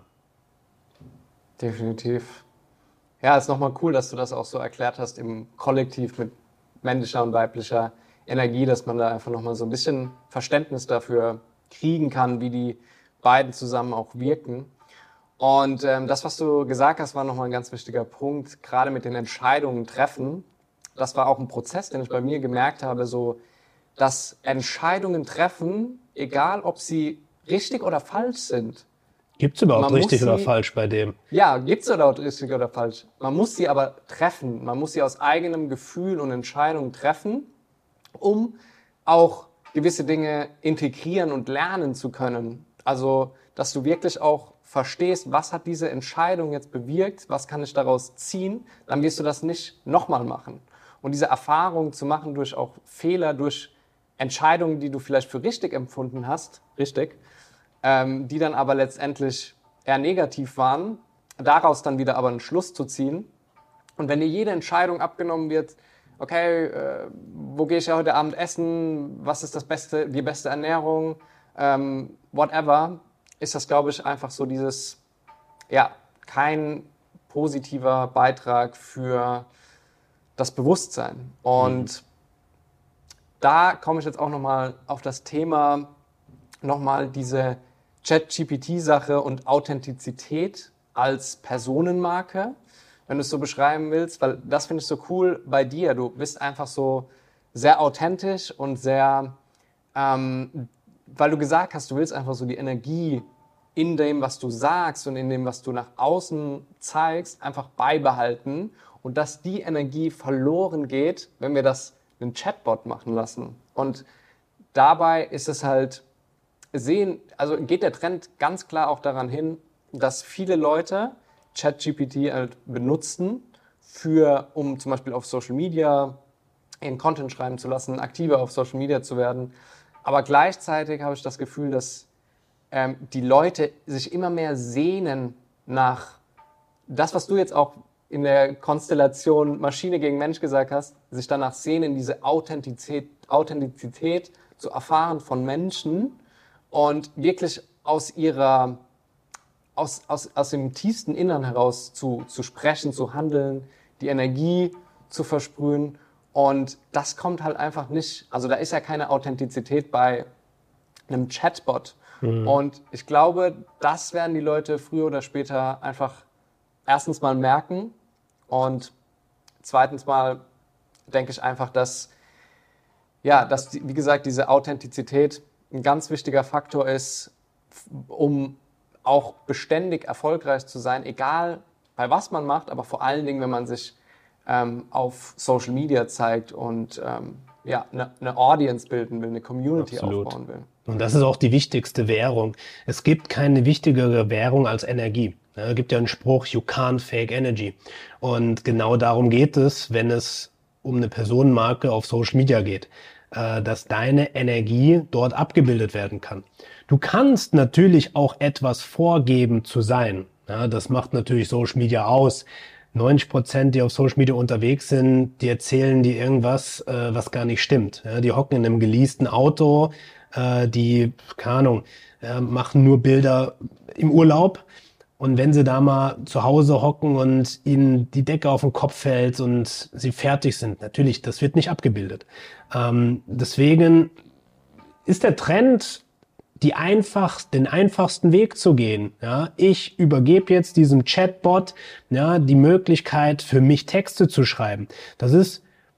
Definitiv. Ja, ist nochmal cool, dass du das auch so erklärt hast im Kollektiv mit männlicher und weiblicher Energie, dass man da einfach nochmal so ein bisschen Verständnis dafür kriegen kann, wie die beiden zusammen auch wirken. Und ähm, das, was du gesagt hast, war nochmal ein ganz wichtiger Punkt, gerade mit den Entscheidungen treffen. Das war auch ein Prozess, den ich bei mir gemerkt habe, so, dass Entscheidungen treffen, egal ob sie richtig oder falsch sind. Gibt's überhaupt richtig oder falsch bei dem? Ja, gibt's überhaupt richtig oder falsch. Man muss sie aber treffen. Man muss sie aus eigenem Gefühl und Entscheidung treffen, um auch gewisse Dinge integrieren und lernen zu können. Also, dass du wirklich auch verstehst, was hat diese Entscheidung jetzt bewirkt, was kann ich daraus ziehen, dann wirst du das nicht nochmal machen. Und diese Erfahrung zu machen durch auch Fehler, durch Entscheidungen, die du vielleicht für richtig empfunden hast, richtig, ähm, die dann aber letztendlich eher negativ waren, daraus dann wieder aber einen Schluss zu ziehen. Und wenn dir jede Entscheidung abgenommen wird, okay, äh, wo gehe ich ja heute Abend essen, was ist das beste, die beste Ernährung, ähm, whatever, ist das, glaube ich, einfach so dieses, ja, kein positiver Beitrag für das Bewusstsein. Und mhm. da komme ich jetzt auch nochmal auf das Thema, nochmal diese Chat-G P T-Sache und Authentizität als Personenmarke, wenn du es so beschreiben willst, weil das finde ich so cool bei dir. Du bist einfach so sehr authentisch und sehr, ähm, weil du gesagt hast, du willst einfach so die Energie in dem, was du sagst und in dem, was du nach außen zeigst, einfach beibehalten und dass die Energie verloren geht, wenn wir das einen Chatbot machen lassen. Und dabei ist es halt sehen, also geht der Trend ganz klar auch daran hin, dass viele Leute Chat G P T halt benutzen, für, um zum Beispiel auf Social Media ihren Content schreiben zu lassen, aktiver auf Social Media zu werden. Aber gleichzeitig habe ich das Gefühl, dass ähm, die Leute sich immer mehr sehnen nach das, was du jetzt auch in der Konstellation Maschine gegen Mensch gesagt hast, sich danach sehnen, diese Authentizität, Authentizität zu erfahren von Menschen und wirklich aus ihrer, aus, aus, aus dem tiefsten Innern heraus zu, zu sprechen, zu handeln, die Energie zu versprühen. Und das kommt halt einfach nicht, also da ist ja keine Authentizität bei einem Chatbot. Mhm. Und ich glaube, das werden die Leute früher oder später einfach erstens mal merken und zweitens mal denke ich einfach, dass, ja, dass, wie gesagt, diese Authentizität ein ganz wichtiger Faktor ist, um auch beständig erfolgreich zu sein, egal bei was man macht, aber vor allen Dingen, wenn man sich ähm, auf Social Media zeigt und ähm, ja, eine, eine Audience bilden will, eine Community Absolut. aufbauen will. Und das ist auch die wichtigste Währung. Es gibt keine wichtigere Währung als Energie. Ja, es gibt ja einen Spruch, you can't fake energy. Und genau darum geht es, wenn es um eine Personenmarke auf Social Media geht, äh, dass deine Energie dort abgebildet werden kann. Du kannst natürlich auch etwas vorgeben zu sein. Ja, das macht natürlich Social Media aus. neunzig Prozent, die auf Social Media unterwegs sind, die erzählen dir irgendwas, äh, was gar nicht stimmt. Ja, die hocken in einem geleasten Auto, äh, die, keine Ahnung, äh, machen nur Bilder im Urlaub. Und wenn sie da mal zu Hause hocken und ihnen die Decke auf den Kopf fällt und sie fertig sind, natürlich, das wird nicht abgebildet. Ähm, deswegen ist der Trend, die einfach, den einfachsten Weg zu gehen. Ja, ich übergebe jetzt diesem Chatbot, ja, die Möglichkeit, für mich Texte zu schreiben. Das ist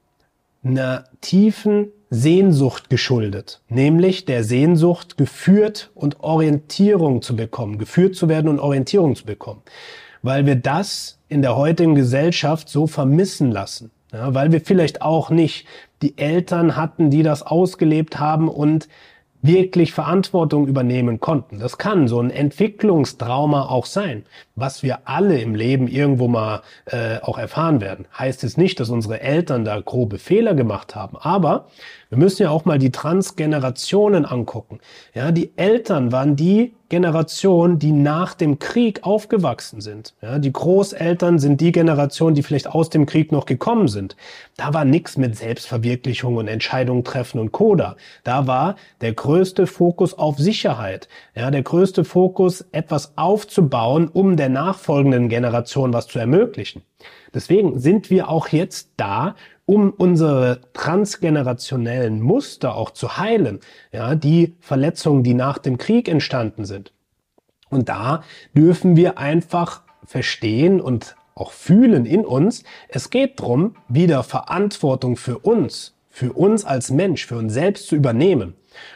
einer tiefen Sehnsucht geschuldet, nämlich der Sehnsucht, geführt und Orientierung zu bekommen, geführt zu werden und Orientierung zu bekommen, weil wir das in der heutigen Gesellschaft so vermissen lassen, ja, weil wir vielleicht auch nicht die Eltern hatten, die das ausgelebt haben und wirklich Verantwortung übernehmen konnten. Das kann so ein Entwicklungstrauma auch sein, was wir alle im Leben irgendwo mal äh, auch erfahren werden. Heißt es nicht, dass unsere Eltern da grobe Fehler gemacht haben, aber wir müssen ja auch mal die Transgenerationen angucken. Ja, die Eltern waren die Generation, die nach dem Krieg aufgewachsen sind. Ja, die Großeltern sind die Generation, die vielleicht aus dem Krieg noch gekommen sind. Da war nichts mit Selbstverwirklichung und Entscheidungen treffen und Coda. Da war der größte Fokus auf Sicherheit. Ja, der größte Fokus, etwas aufzubauen, um der nachfolgenden Generation was zu ermöglichen. Deswegen sind wir auch jetzt da, um unsere transgenerationellen Muster auch zu heilen, ja, die Verletzungen, die nach dem Krieg entstanden sind. Und da dürfen wir einfach verstehen und auch fühlen in uns, es geht darum, wieder Verantwortung für uns, für uns als Mensch, für uns selbst zu übernehmen.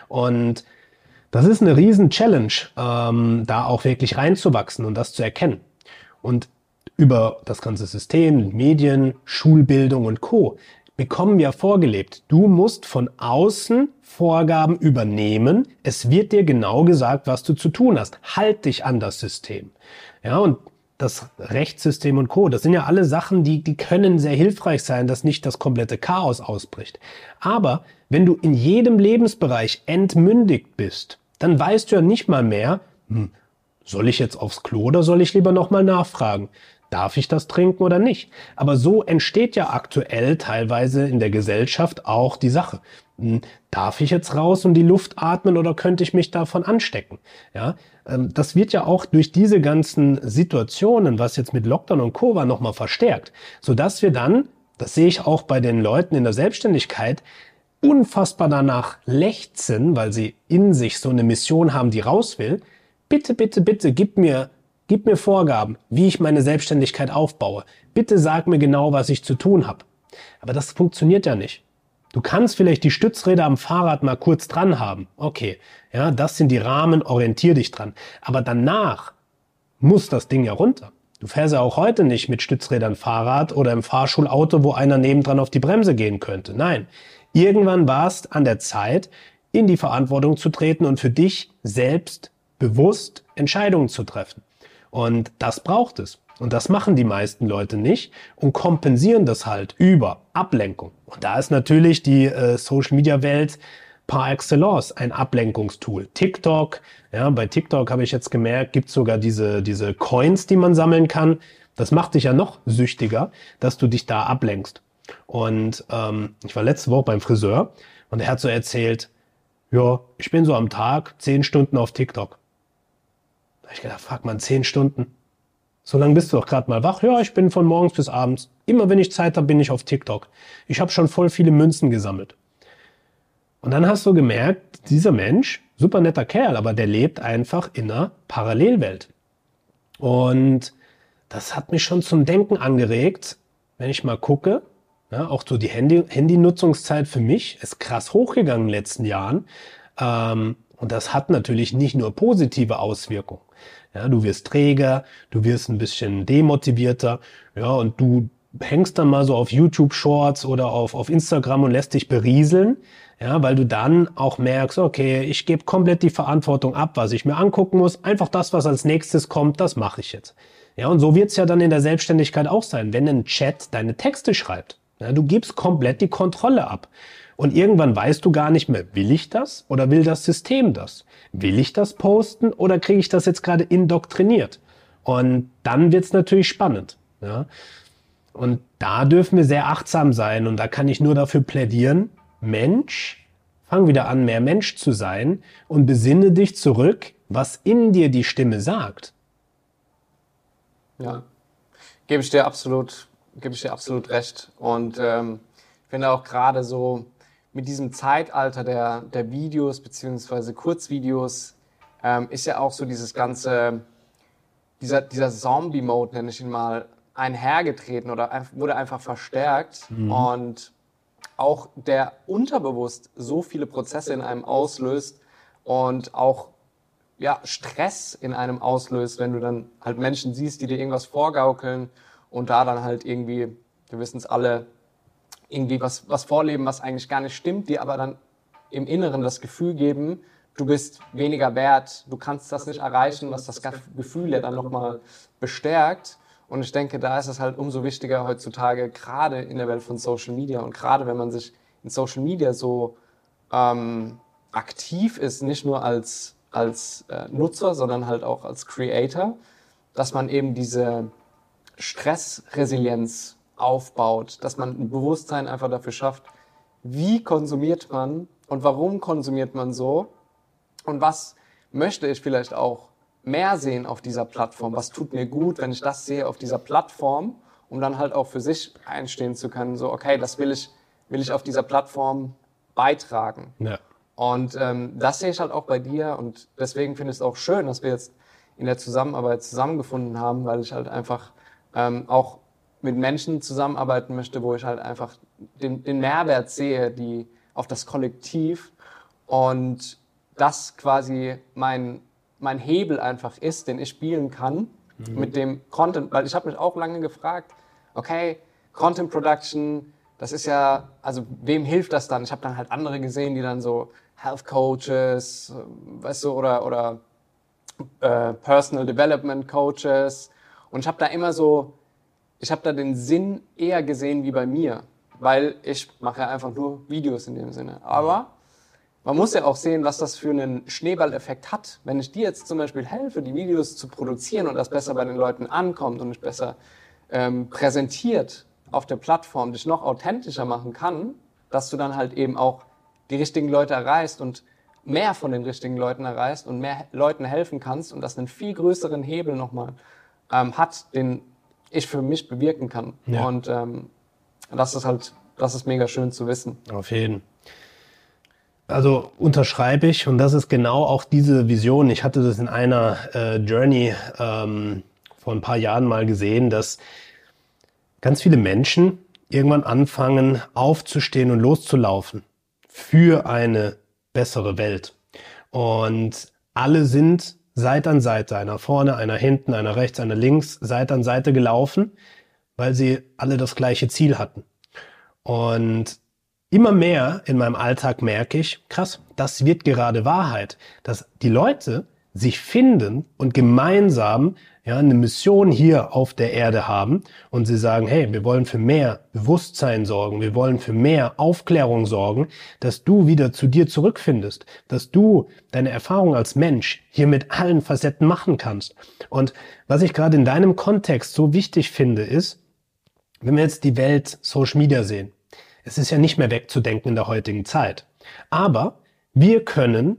Und das ist eine riesen Challenge, ähm, da auch wirklich reinzuwachsen und das zu erkennen. Und über das ganze System, Medien, Schulbildung und Co. bekommen wir vorgelebt. Du musst von außen Vorgaben übernehmen. Es wird dir genau gesagt, was du zu tun hast. Halt dich an das System. Ja, und das Rechtssystem und Co. Das sind ja alle Sachen, die, die können sehr hilfreich sein, dass nicht das komplette Chaos ausbricht. Aber wenn du in jedem Lebensbereich entmündigt bist, dann weißt du ja nicht mal mehr, hm, soll ich jetzt aufs Klo oder soll ich lieber nochmal nachfragen? Darf ich das trinken oder nicht? Aber so entsteht ja aktuell teilweise in der Gesellschaft auch die Sache. Darf ich jetzt raus und die Luft atmen oder könnte ich mich davon anstecken? Ja, das wird ja auch durch diese ganzen Situationen, was jetzt mit Lockdown und Co. war, nochmal verstärkt. Sodass wir dann, das sehe ich auch bei den Leuten in der Selbstständigkeit, unfassbar danach lechzen, weil sie in sich so eine Mission haben, die raus will. Bitte, bitte, bitte, gib mir Gib mir Vorgaben, wie ich meine Selbstständigkeit aufbaue. Bitte sag mir genau, was ich zu tun habe. Aber das funktioniert ja nicht. Du kannst vielleicht die Stützräder am Fahrrad mal kurz dran haben. Okay, ja, das sind die Rahmen, orientier dich dran. Aber danach muss das Ding ja runter. Du fährst ja auch heute nicht mit Stützrädern Fahrrad oder im Fahrschulauto, wo einer nebendran auf die Bremse gehen könnte. Nein, irgendwann war es an der Zeit, in die Verantwortung zu treten und für dich selbst bewusst Entscheidungen zu treffen. Und das braucht es. Und das machen die meisten Leute nicht und kompensieren das halt über Ablenkung. Und da ist natürlich die äh, Social-Media-Welt par excellence ein Ablenkungstool. TikTok, ja, bei TikTok habe ich jetzt gemerkt, gibt es sogar diese, diese Coins, die man sammeln kann. Das macht dich ja noch süchtiger, dass du dich da ablenkst. Und ähm, ich war letzte Woche beim Friseur und er hat so erzählt, ja, ich bin so am Tag zehn Stunden auf TikTok. Da habe ich gedacht, fuck man, zehn Stunden. So lange bist du doch gerade mal wach. Ja, ich bin von morgens bis abends. Immer wenn ich Zeit habe, bin ich auf TikTok. Ich habe schon voll viele Münzen gesammelt. Und dann hast du gemerkt, dieser Mensch, super netter Kerl, aber der lebt einfach in einer Parallelwelt. Und das hat mich schon zum Denken angeregt, wenn ich mal gucke. Ja, auch so die Handy, Handynutzungszeit für mich ist krass hochgegangen in den letzten Jahren. Ähm, und das hat natürlich nicht nur positive Auswirkungen. Ja, du wirst träger, du wirst ein bisschen demotivierter, ja, und du hängst dann mal so auf YouTube Shorts oder auf, auf Instagram und lässt dich berieseln, ja, weil du dann auch merkst, okay, ich gebe komplett die Verantwortung ab, was ich mir angucken muss, einfach das, was als nächstes kommt, das mache ich jetzt. Ja, und so wird's ja dann in der Selbstständigkeit auch sein, wenn ein Chat deine Texte schreibt. Ja, du gibst komplett die Kontrolle ab. Und irgendwann weißt du gar nicht mehr, will ich das oder will das System das? Will ich das posten oder kriege ich das jetzt gerade indoktriniert? Und dann wird's natürlich spannend. Ja? Und da dürfen wir sehr achtsam sein. Und da kann ich nur dafür plädieren, Mensch, fang wieder an, mehr Mensch zu sein und besinne dich zurück, was in dir die Stimme sagt. Ja, gebe ich dir absolut, gebe ich dir absolut recht. Und ähm, ich finde auch gerade so mit diesem Zeitalter der, der Videos beziehungsweise Kurzvideos ähm, ist ja auch so dieses ganze, dieser, dieser Zombie-Mode, nenne ich ihn mal, einhergetreten oder ein, wurde einfach verstärkt. Mhm. Und auch der unterbewusst so viele Prozesse in einem auslöst und auch ja, Stress in einem auslöst, wenn du dann halt Menschen siehst, die dir irgendwas vorgaukeln und da dann halt irgendwie, wir wissen es alle, irgendwie was, was vorleben, was eigentlich gar nicht stimmt, die aber dann im Inneren das Gefühl geben, du bist weniger wert, du kannst das nicht erreichen, was das Gefühl ja dann nochmal bestärkt. Und ich denke, da ist es halt umso wichtiger heutzutage, gerade in der Welt von Social Media und gerade wenn man sich in Social Media so ähm, aktiv ist, nicht nur als, als äh, Nutzer, sondern halt auch als Creator, dass man eben diese Stressresilienz aufbaut, dass man ein Bewusstsein einfach dafür schafft, wie konsumiert man und warum konsumiert man so und was möchte ich vielleicht auch mehr sehen auf dieser Plattform, was tut mir gut, wenn ich das sehe auf dieser Plattform, um dann halt auch für sich einstehen zu können, so okay, das will ich, will ich auf dieser Plattform beitragen. Ja. Und ähm, das sehe ich halt auch bei dir und deswegen finde ich es auch schön, dass wir jetzt in der Zusammenarbeit zusammengefunden haben, weil ich halt einfach ähm, auch mit Menschen zusammenarbeiten möchte, wo ich halt einfach den, den Mehrwert sehe, die auf das Kollektiv und das quasi mein, mein Hebel einfach ist, den ich spielen kann mhm. mit dem Content, weil ich habe mich auch lange gefragt, okay, Content Production, das ist ja, also wem hilft das dann? Ich habe dann halt andere gesehen, die dann so Health Coaches, weißt du, oder, oder äh, Personal Development Coaches und ich habe da immer so Ich habe da den Sinn eher gesehen wie bei mir, weil ich mache ja einfach nur Videos in dem Sinne. Aber man muss ja auch sehen, was das für einen Schneeballeffekt hat. Wenn ich dir jetzt zum Beispiel helfe, die Videos zu produzieren und das besser bei den Leuten ankommt und ich besser ähm, präsentiert auf der Plattform, dich noch authentischer machen kann, dass du dann halt eben auch die richtigen Leute erreichst und mehr von den richtigen Leuten erreichst und mehr Leuten helfen kannst und das einen viel größeren Hebel nochmal ähm, hat, den ich für mich bewirken kann. Ja. Und ähm, das ist halt, das ist mega schön zu wissen. Auf jeden. Also unterschreibe ich und das ist genau auch diese Vision. Ich hatte das in einer äh, Journey ähm, vor ein paar Jahren mal gesehen, dass ganz viele Menschen irgendwann anfangen aufzustehen und loszulaufen für eine bessere Welt. Und alle sind Seite an Seite, einer vorne, einer hinten, einer rechts, einer links, Seite an Seite gelaufen, weil sie alle das gleiche Ziel hatten. Und immer mehr in meinem Alltag merke ich, krass, das wird gerade Wahrheit, dass die Leute sich finden und gemeinsam ja eine Mission hier auf der Erde haben und sie sagen, hey, wir wollen für mehr Bewusstsein sorgen, wir wollen für mehr Aufklärung sorgen, dass du wieder zu dir zurückfindest, dass du deine Erfahrung als Mensch hier mit allen Facetten machen kannst. Und was ich gerade in deinem Kontext so wichtig finde, ist, wenn wir jetzt die Welt Social Media sehen, es ist ja nicht mehr wegzudenken in der heutigen Zeit, aber wir können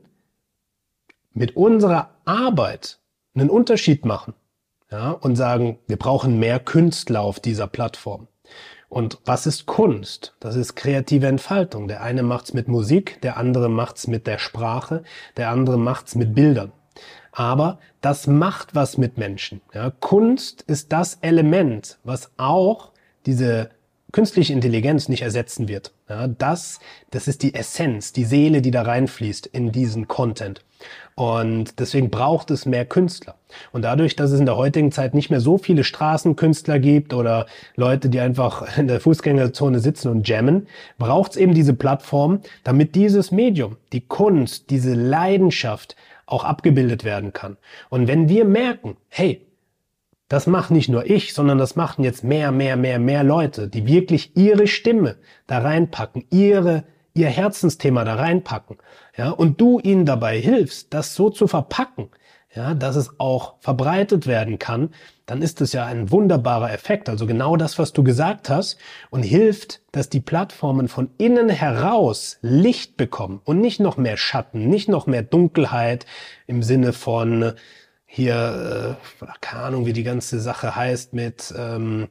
mit unserer Arbeit einen Unterschied machen. Ja, und sagen, wir brauchen mehr Künstler auf dieser Plattform. Und was ist Kunst? Das ist kreative Entfaltung. Der eine macht's mit Musik, der andere macht's mit der Sprache, der andere macht's mit Bildern. Aber das macht was mit Menschen. Ja, Kunst ist das Element, was auch diese künstliche Intelligenz nicht ersetzen wird. Ja, das, das ist die Essenz, die Seele, die da reinfließt in diesen Content. Und deswegen braucht es mehr Künstler. Und dadurch, dass es in der heutigen Zeit nicht mehr so viele Straßenkünstler gibt oder Leute, die einfach in der Fußgängerzone sitzen und jammen, braucht es eben diese Plattform, damit dieses Medium, die Kunst, diese Leidenschaft auch abgebildet werden kann. Und wenn wir merken, hey, das macht nicht nur ich, sondern das machen jetzt mehr, mehr, mehr, mehr Leute, die wirklich ihre Stimme da reinpacken, ihre ihr Herzensthema da reinpacken, ja, und du ihnen dabei hilfst, das so zu verpacken, ja, dass es auch verbreitet werden kann, dann ist das ja ein wunderbarer Effekt. Also genau das, was du gesagt hast, und hilft, dass die Plattformen von innen heraus Licht bekommen und nicht noch mehr Schatten, nicht noch mehr Dunkelheit im Sinne von hier, äh, keine Ahnung, wie die ganze Sache heißt mit, ähm,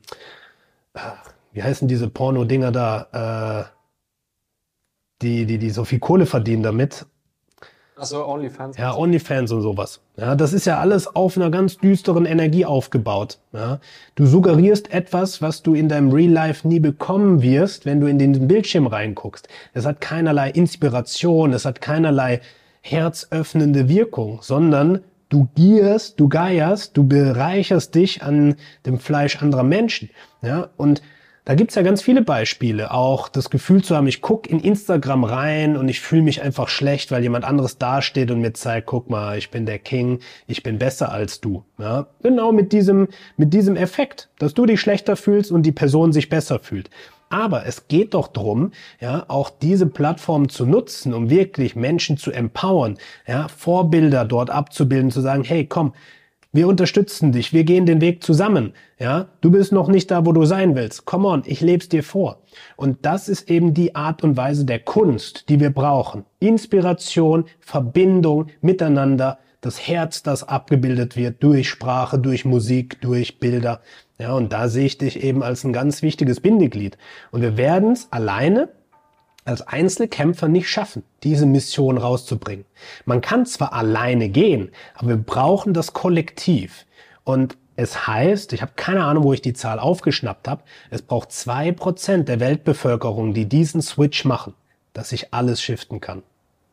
wie heißen diese Porno-Dinger da, äh, die, die, die so viel Kohle verdienen damit. Achso, OnlyFans. Ja, OnlyFans und sowas. Ja, das ist ja alles auf einer ganz düsteren Energie aufgebaut. Ja, du suggerierst etwas, was du in deinem Real Life nie bekommen wirst, wenn du in den Bildschirm reinguckst. Es hat keinerlei Inspiration, es hat keinerlei herzöffnende Wirkung, sondern du gierst, du geierst, du bereicherst dich an dem Fleisch anderer Menschen. Ja, und da gibt's ja ganz viele Beispiele, auch das Gefühl zu haben, ich guck in Instagram rein und ich fühle mich einfach schlecht, weil jemand anderes dasteht und mir zeigt, guck mal, ich bin der King, ich bin besser als du. Ja, genau mit diesem, mit diesem Effekt, dass du dich schlechter fühlst und die Person sich besser fühlt. Aber es geht doch drum, ja, auch diese Plattform zu nutzen, um wirklich Menschen zu empowern, ja, Vorbilder dort abzubilden, zu sagen, hey, komm, wir unterstützen dich, wir gehen den Weg zusammen, ja. Du bist noch nicht da, wo du sein willst. Come on, ich leb's dir vor. Und das ist eben die Art und Weise der Kunst, die wir brauchen. Inspiration, Verbindung, Miteinander, das Herz, das abgebildet wird durch Sprache, durch Musik, durch Bilder. Ja, und da sehe ich dich eben als ein ganz wichtiges Bindeglied. Und wir werden es alleine als Einzelkämpfer nicht schaffen, diese Mission rauszubringen. Man kann zwar alleine gehen, aber wir brauchen das Kollektiv. Und es heißt, ich habe keine Ahnung, wo ich die Zahl aufgeschnappt habe, es braucht zwei Prozent der Weltbevölkerung, die diesen Switch machen, dass sich alles shiften kann.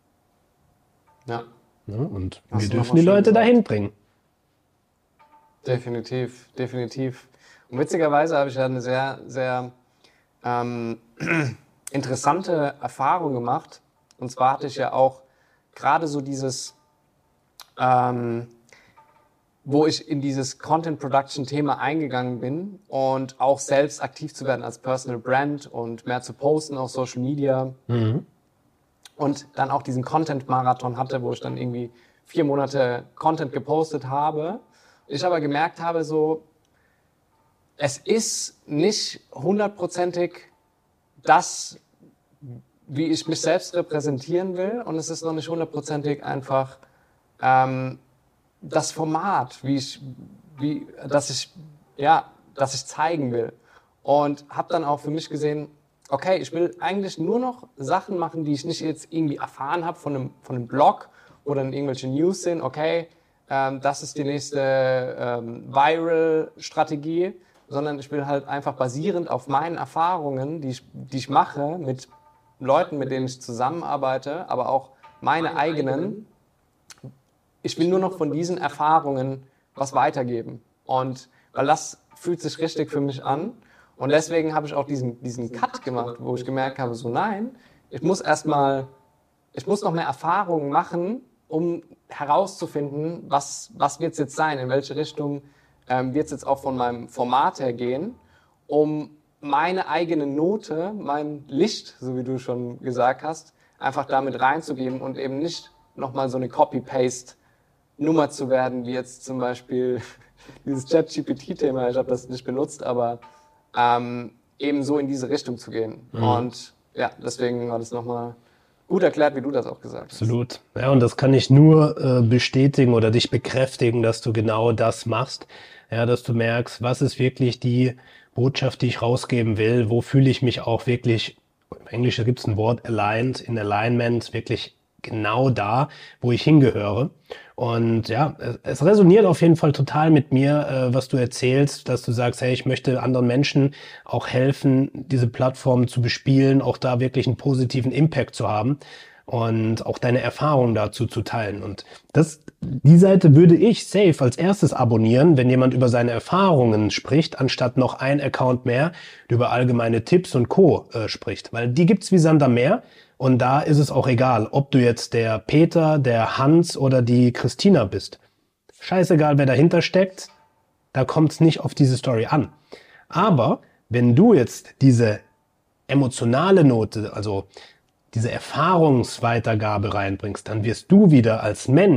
Ja. Ja, und Hast wir du dürfen nochmal die schön Leute gesagt. dahin bringen. Definitiv, definitiv. Und witzigerweise habe ich ja eine sehr, sehr ähm, interessante Erfahrung gemacht. Und zwar hatte ich ja auch gerade so dieses, ähm, wo ich in dieses Content Production Thema eingegangen bin und auch selbst aktiv zu werden als Personal Brand und mehr zu posten auf Social Media. Mhm. Und dann auch diesen Content-Marathon hatte, wo ich dann irgendwie vier Monate Content gepostet habe. Ich aber gemerkt habe, so, es ist nicht hundertprozentig das, wie ich mich selbst repräsentieren will, und es ist noch nicht hundertprozentig einfach ähm, das Format, wie ich, wie, das ich, ja, das ich zeigen will. Und habe dann auch für mich gesehen, okay, ich will eigentlich nur noch Sachen machen, die ich nicht jetzt irgendwie erfahren habe von einem, von einem Blog oder in irgendwelchen News sind. Okay, ähm, das ist die nächste ähm, Viral-Strategie, sondern ich will halt einfach basierend auf meinen Erfahrungen, die ich, die ich mache mit Leuten, mit denen ich zusammenarbeite, aber auch meine, meine eigenen, eigenen, ich will nur noch von diesen Erfahrungen was weitergeben. Und weil das fühlt sich richtig für mich an. Und deswegen habe ich auch diesen, diesen Cut gemacht, wo ich gemerkt habe, so nein, ich muss erstmal, ich muss noch mehr Erfahrungen machen, um herauszufinden, was, was wird es jetzt sein, in welche Richtung ähm, wird es jetzt auch von meinem Format her gehen, um meine eigene Note, mein Licht, so wie du schon gesagt hast, einfach damit reinzugeben und eben nicht nochmal so eine Copy-Paste-Nummer zu werden, wie jetzt zum Beispiel dieses Chat-G P T-Thema, ich habe das nicht benutzt, aber Ähm, eben so in diese Richtung zu gehen. Mhm. Und ja, deswegen war das nochmal gut erklärt, wie du das auch gesagt hast. Absolut. Ja, und das kann ich nur äh, bestätigen oder dich bekräftigen, dass du genau das machst. Ja, dass du merkst, was ist wirklich die Botschaft, die ich rausgeben will, wo fühle ich mich auch wirklich, im Englischen gibt es ein Wort, aligned, in Alignment, wirklich genau da, wo ich hingehöre. Und ja, es, es resoniert auf jeden Fall total mit mir, äh, was du erzählst, dass du sagst, hey, ich möchte anderen Menschen auch helfen, diese Plattform zu bespielen, auch da wirklich einen positiven Impact zu haben und auch deine Erfahrungen dazu zu teilen. Und das, die Seite würde ich safe als erstes abonnieren, wenn jemand über seine Erfahrungen spricht, anstatt noch ein Account mehr über allgemeine Tipps und Co. Äh, spricht. Weil die gibt's wie Sand am Meer. Und da ist es auch egal, ob du jetzt der Peter, der Hans oder die Christina bist. Scheißegal, wer dahinter steckt, da kommt es nicht auf diese Story an. Aber wenn du jetzt diese emotionale Note, also diese Erfahrungsweitergabe reinbringst, dann wirst du wieder als Mensch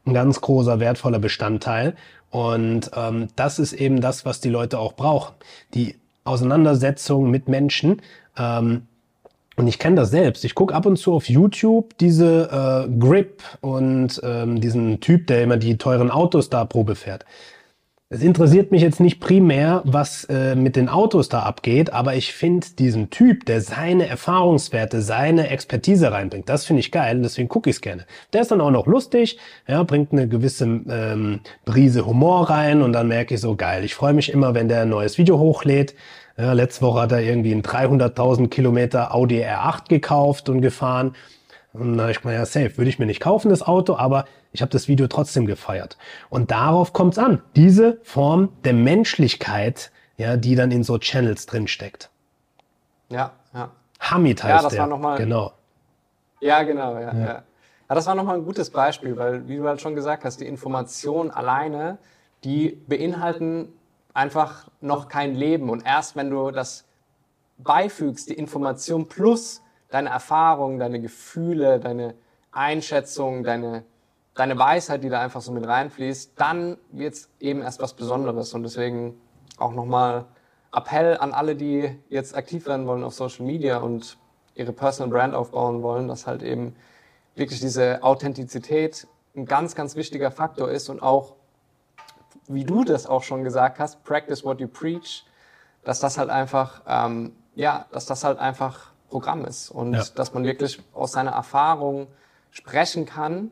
ein ganz großer, wertvoller Bestandteil. Und ähm, das ist eben das, was die Leute auch brauchen. Die Auseinandersetzung mit Menschen. Ähm, und ich kenne das selbst. Ich gucke ab und zu auf YouTube diese äh, Grip und ähm, diesen Typ, der immer die teuren Autos da Probe fährt. Es interessiert mich jetzt nicht primär, was äh, mit den Autos da abgeht, aber ich finde diesen Typ, der seine Erfahrungswerte, seine Expertise reinbringt, das finde ich geil und deswegen gucke ich es gerne. Der ist dann auch noch lustig, ja, bringt eine gewisse ähm, Prise Humor rein und dann merke ich so, geil, ich freue mich immer, wenn der ein neues Video hochlädt. Ja, letzte Woche hat er irgendwie einen dreihunderttausend Kilometer Audi R acht gekauft und gefahren. Und da habe ich mal, ja, safe, würde ich mir nicht kaufen, das Auto, aber ich habe das Video trotzdem gefeiert. Und darauf kommt's an. Diese Form der Menschlichkeit, ja, die dann in so Channels drin steckt. Ja, ja. Hamid heißt ja, das der. War noch mal, genau. Ja, genau, ja, ja. ja. Ja, das war nochmal ein gutes Beispiel, weil, wie du halt schon gesagt hast, die Informationen alleine, die beinhalten einfach noch kein Leben. Und erst wenn du das beifügst, die Information plus deine Erfahrung, deine Gefühle, deine Einschätzung, deine, deine Weisheit, die da einfach so mit reinfließt, dann wird es eben erst was Besonderes. Und deswegen auch nochmal Appell an alle, die jetzt aktiv werden wollen auf Social Media und ihre Personal Brand aufbauen wollen, dass halt eben wirklich diese Authentizität ein ganz, ganz wichtiger Faktor ist und auch, wie du das auch schon gesagt hast, practice what you preach, dass das halt einfach, ähm, ja, dass das halt einfach Programm ist und ja. dass man wirklich aus seiner Erfahrung sprechen kann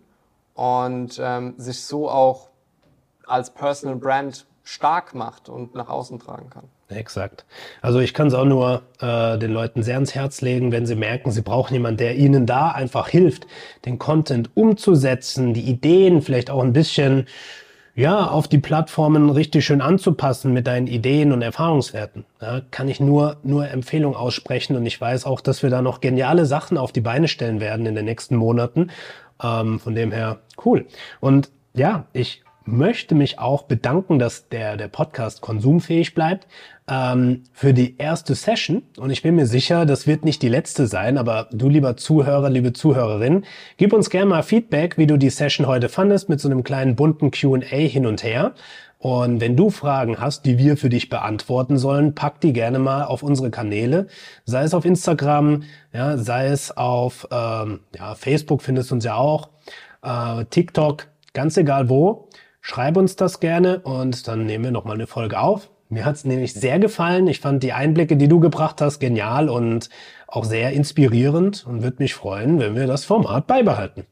und ähm, sich so auch als Personal Brand stark macht und nach außen tragen kann. Exakt. Also ich kann es auch nur äh, den Leuten sehr ans Herz legen, wenn sie merken, sie brauchen jemanden, der ihnen da einfach hilft, den Content umzusetzen, die Ideen vielleicht auch ein bisschen ja, auf die Plattformen richtig schön anzupassen mit deinen Ideen und Erfahrungswerten. Ja, kann ich nur, nur Empfehlung aussprechen und ich weiß auch, dass wir da noch geniale Sachen auf die Beine stellen werden in den nächsten Monaten. Ähm, von dem her, cool. Und ja, ich möchte mich auch bedanken, dass der, der Podcast konsumfähig bleibt, ähm, für die erste Session. Und ich bin mir sicher, das wird nicht die letzte sein, aber du, lieber Zuhörer, liebe Zuhörerin, gib uns gerne mal Feedback, wie du die Session heute fandest, mit so einem kleinen bunten Q und A hin und her. Und wenn du Fragen hast, die wir für dich beantworten sollen, pack die gerne mal auf unsere Kanäle, sei es auf Instagram, ja, sei es auf ähm, ja, Facebook, findest du uns ja auch, äh, TikTok, ganz egal wo. Schreib uns das gerne und dann nehmen wir nochmal eine Folge auf. Mir hat es nämlich sehr gefallen. Ich fand die Einblicke, die du gebracht hast, genial und auch sehr inspirierend und würde mich freuen, wenn wir das Format beibehalten.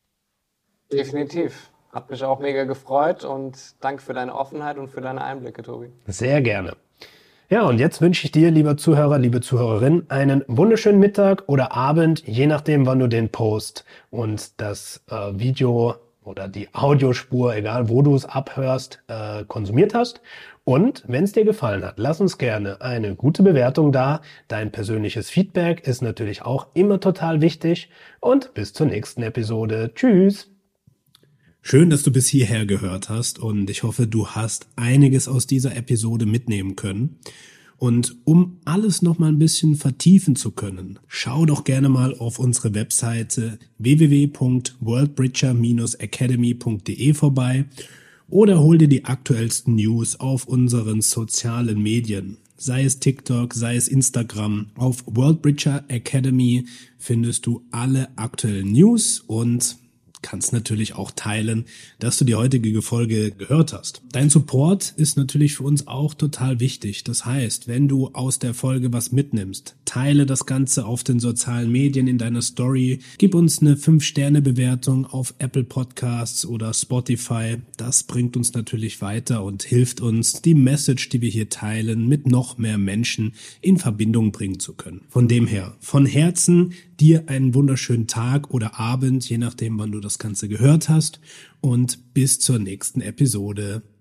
Definitiv. Hat mich auch mega gefreut und danke für deine Offenheit und für deine Einblicke, Tobi. Sehr gerne. Ja, und jetzt wünsche ich dir, lieber Zuhörer, liebe Zuhörerin, einen wunderschönen Mittag oder Abend, je nachdem, wann du den Post und das äh, Video oder die Audiospur, egal wo du es abhörst, äh, konsumiert hast. Und wenn es dir gefallen hat, lass uns gerne eine gute Bewertung da. Dein persönliches Feedback ist natürlich auch immer total wichtig. Und bis zur nächsten Episode. Tschüss! Schön, dass du bis hierher gehört hast und ich hoffe, du hast einiges aus dieser Episode mitnehmen können. Und um alles noch mal ein bisschen vertiefen zu können, schau doch gerne mal auf unsere Webseite w w w punkt worldbridger dash academy punkt d e vorbei oder hol dir die aktuellsten News auf unseren sozialen Medien. Sei es TikTok, sei es Instagram. Auf Worldbridger Academy findest du alle aktuellen News und kannst natürlich auch teilen, dass du die heutige Folge gehört hast. Dein Support ist natürlich für uns auch total wichtig. Das heißt, wenn du aus der Folge was mitnimmst, teile das Ganze auf den sozialen Medien in deiner Story, gib uns eine fünf Sterne Bewertung auf Apple Podcasts oder Spotify. Das bringt uns natürlich weiter und hilft uns, die Message, die wir hier teilen, mit noch mehr Menschen in Verbindung bringen zu können. Von dem her, von Herzen dir einen wunderschönen Tag oder Abend, je nachdem, wann du das Ganze gehört hast und bis zur nächsten Episode.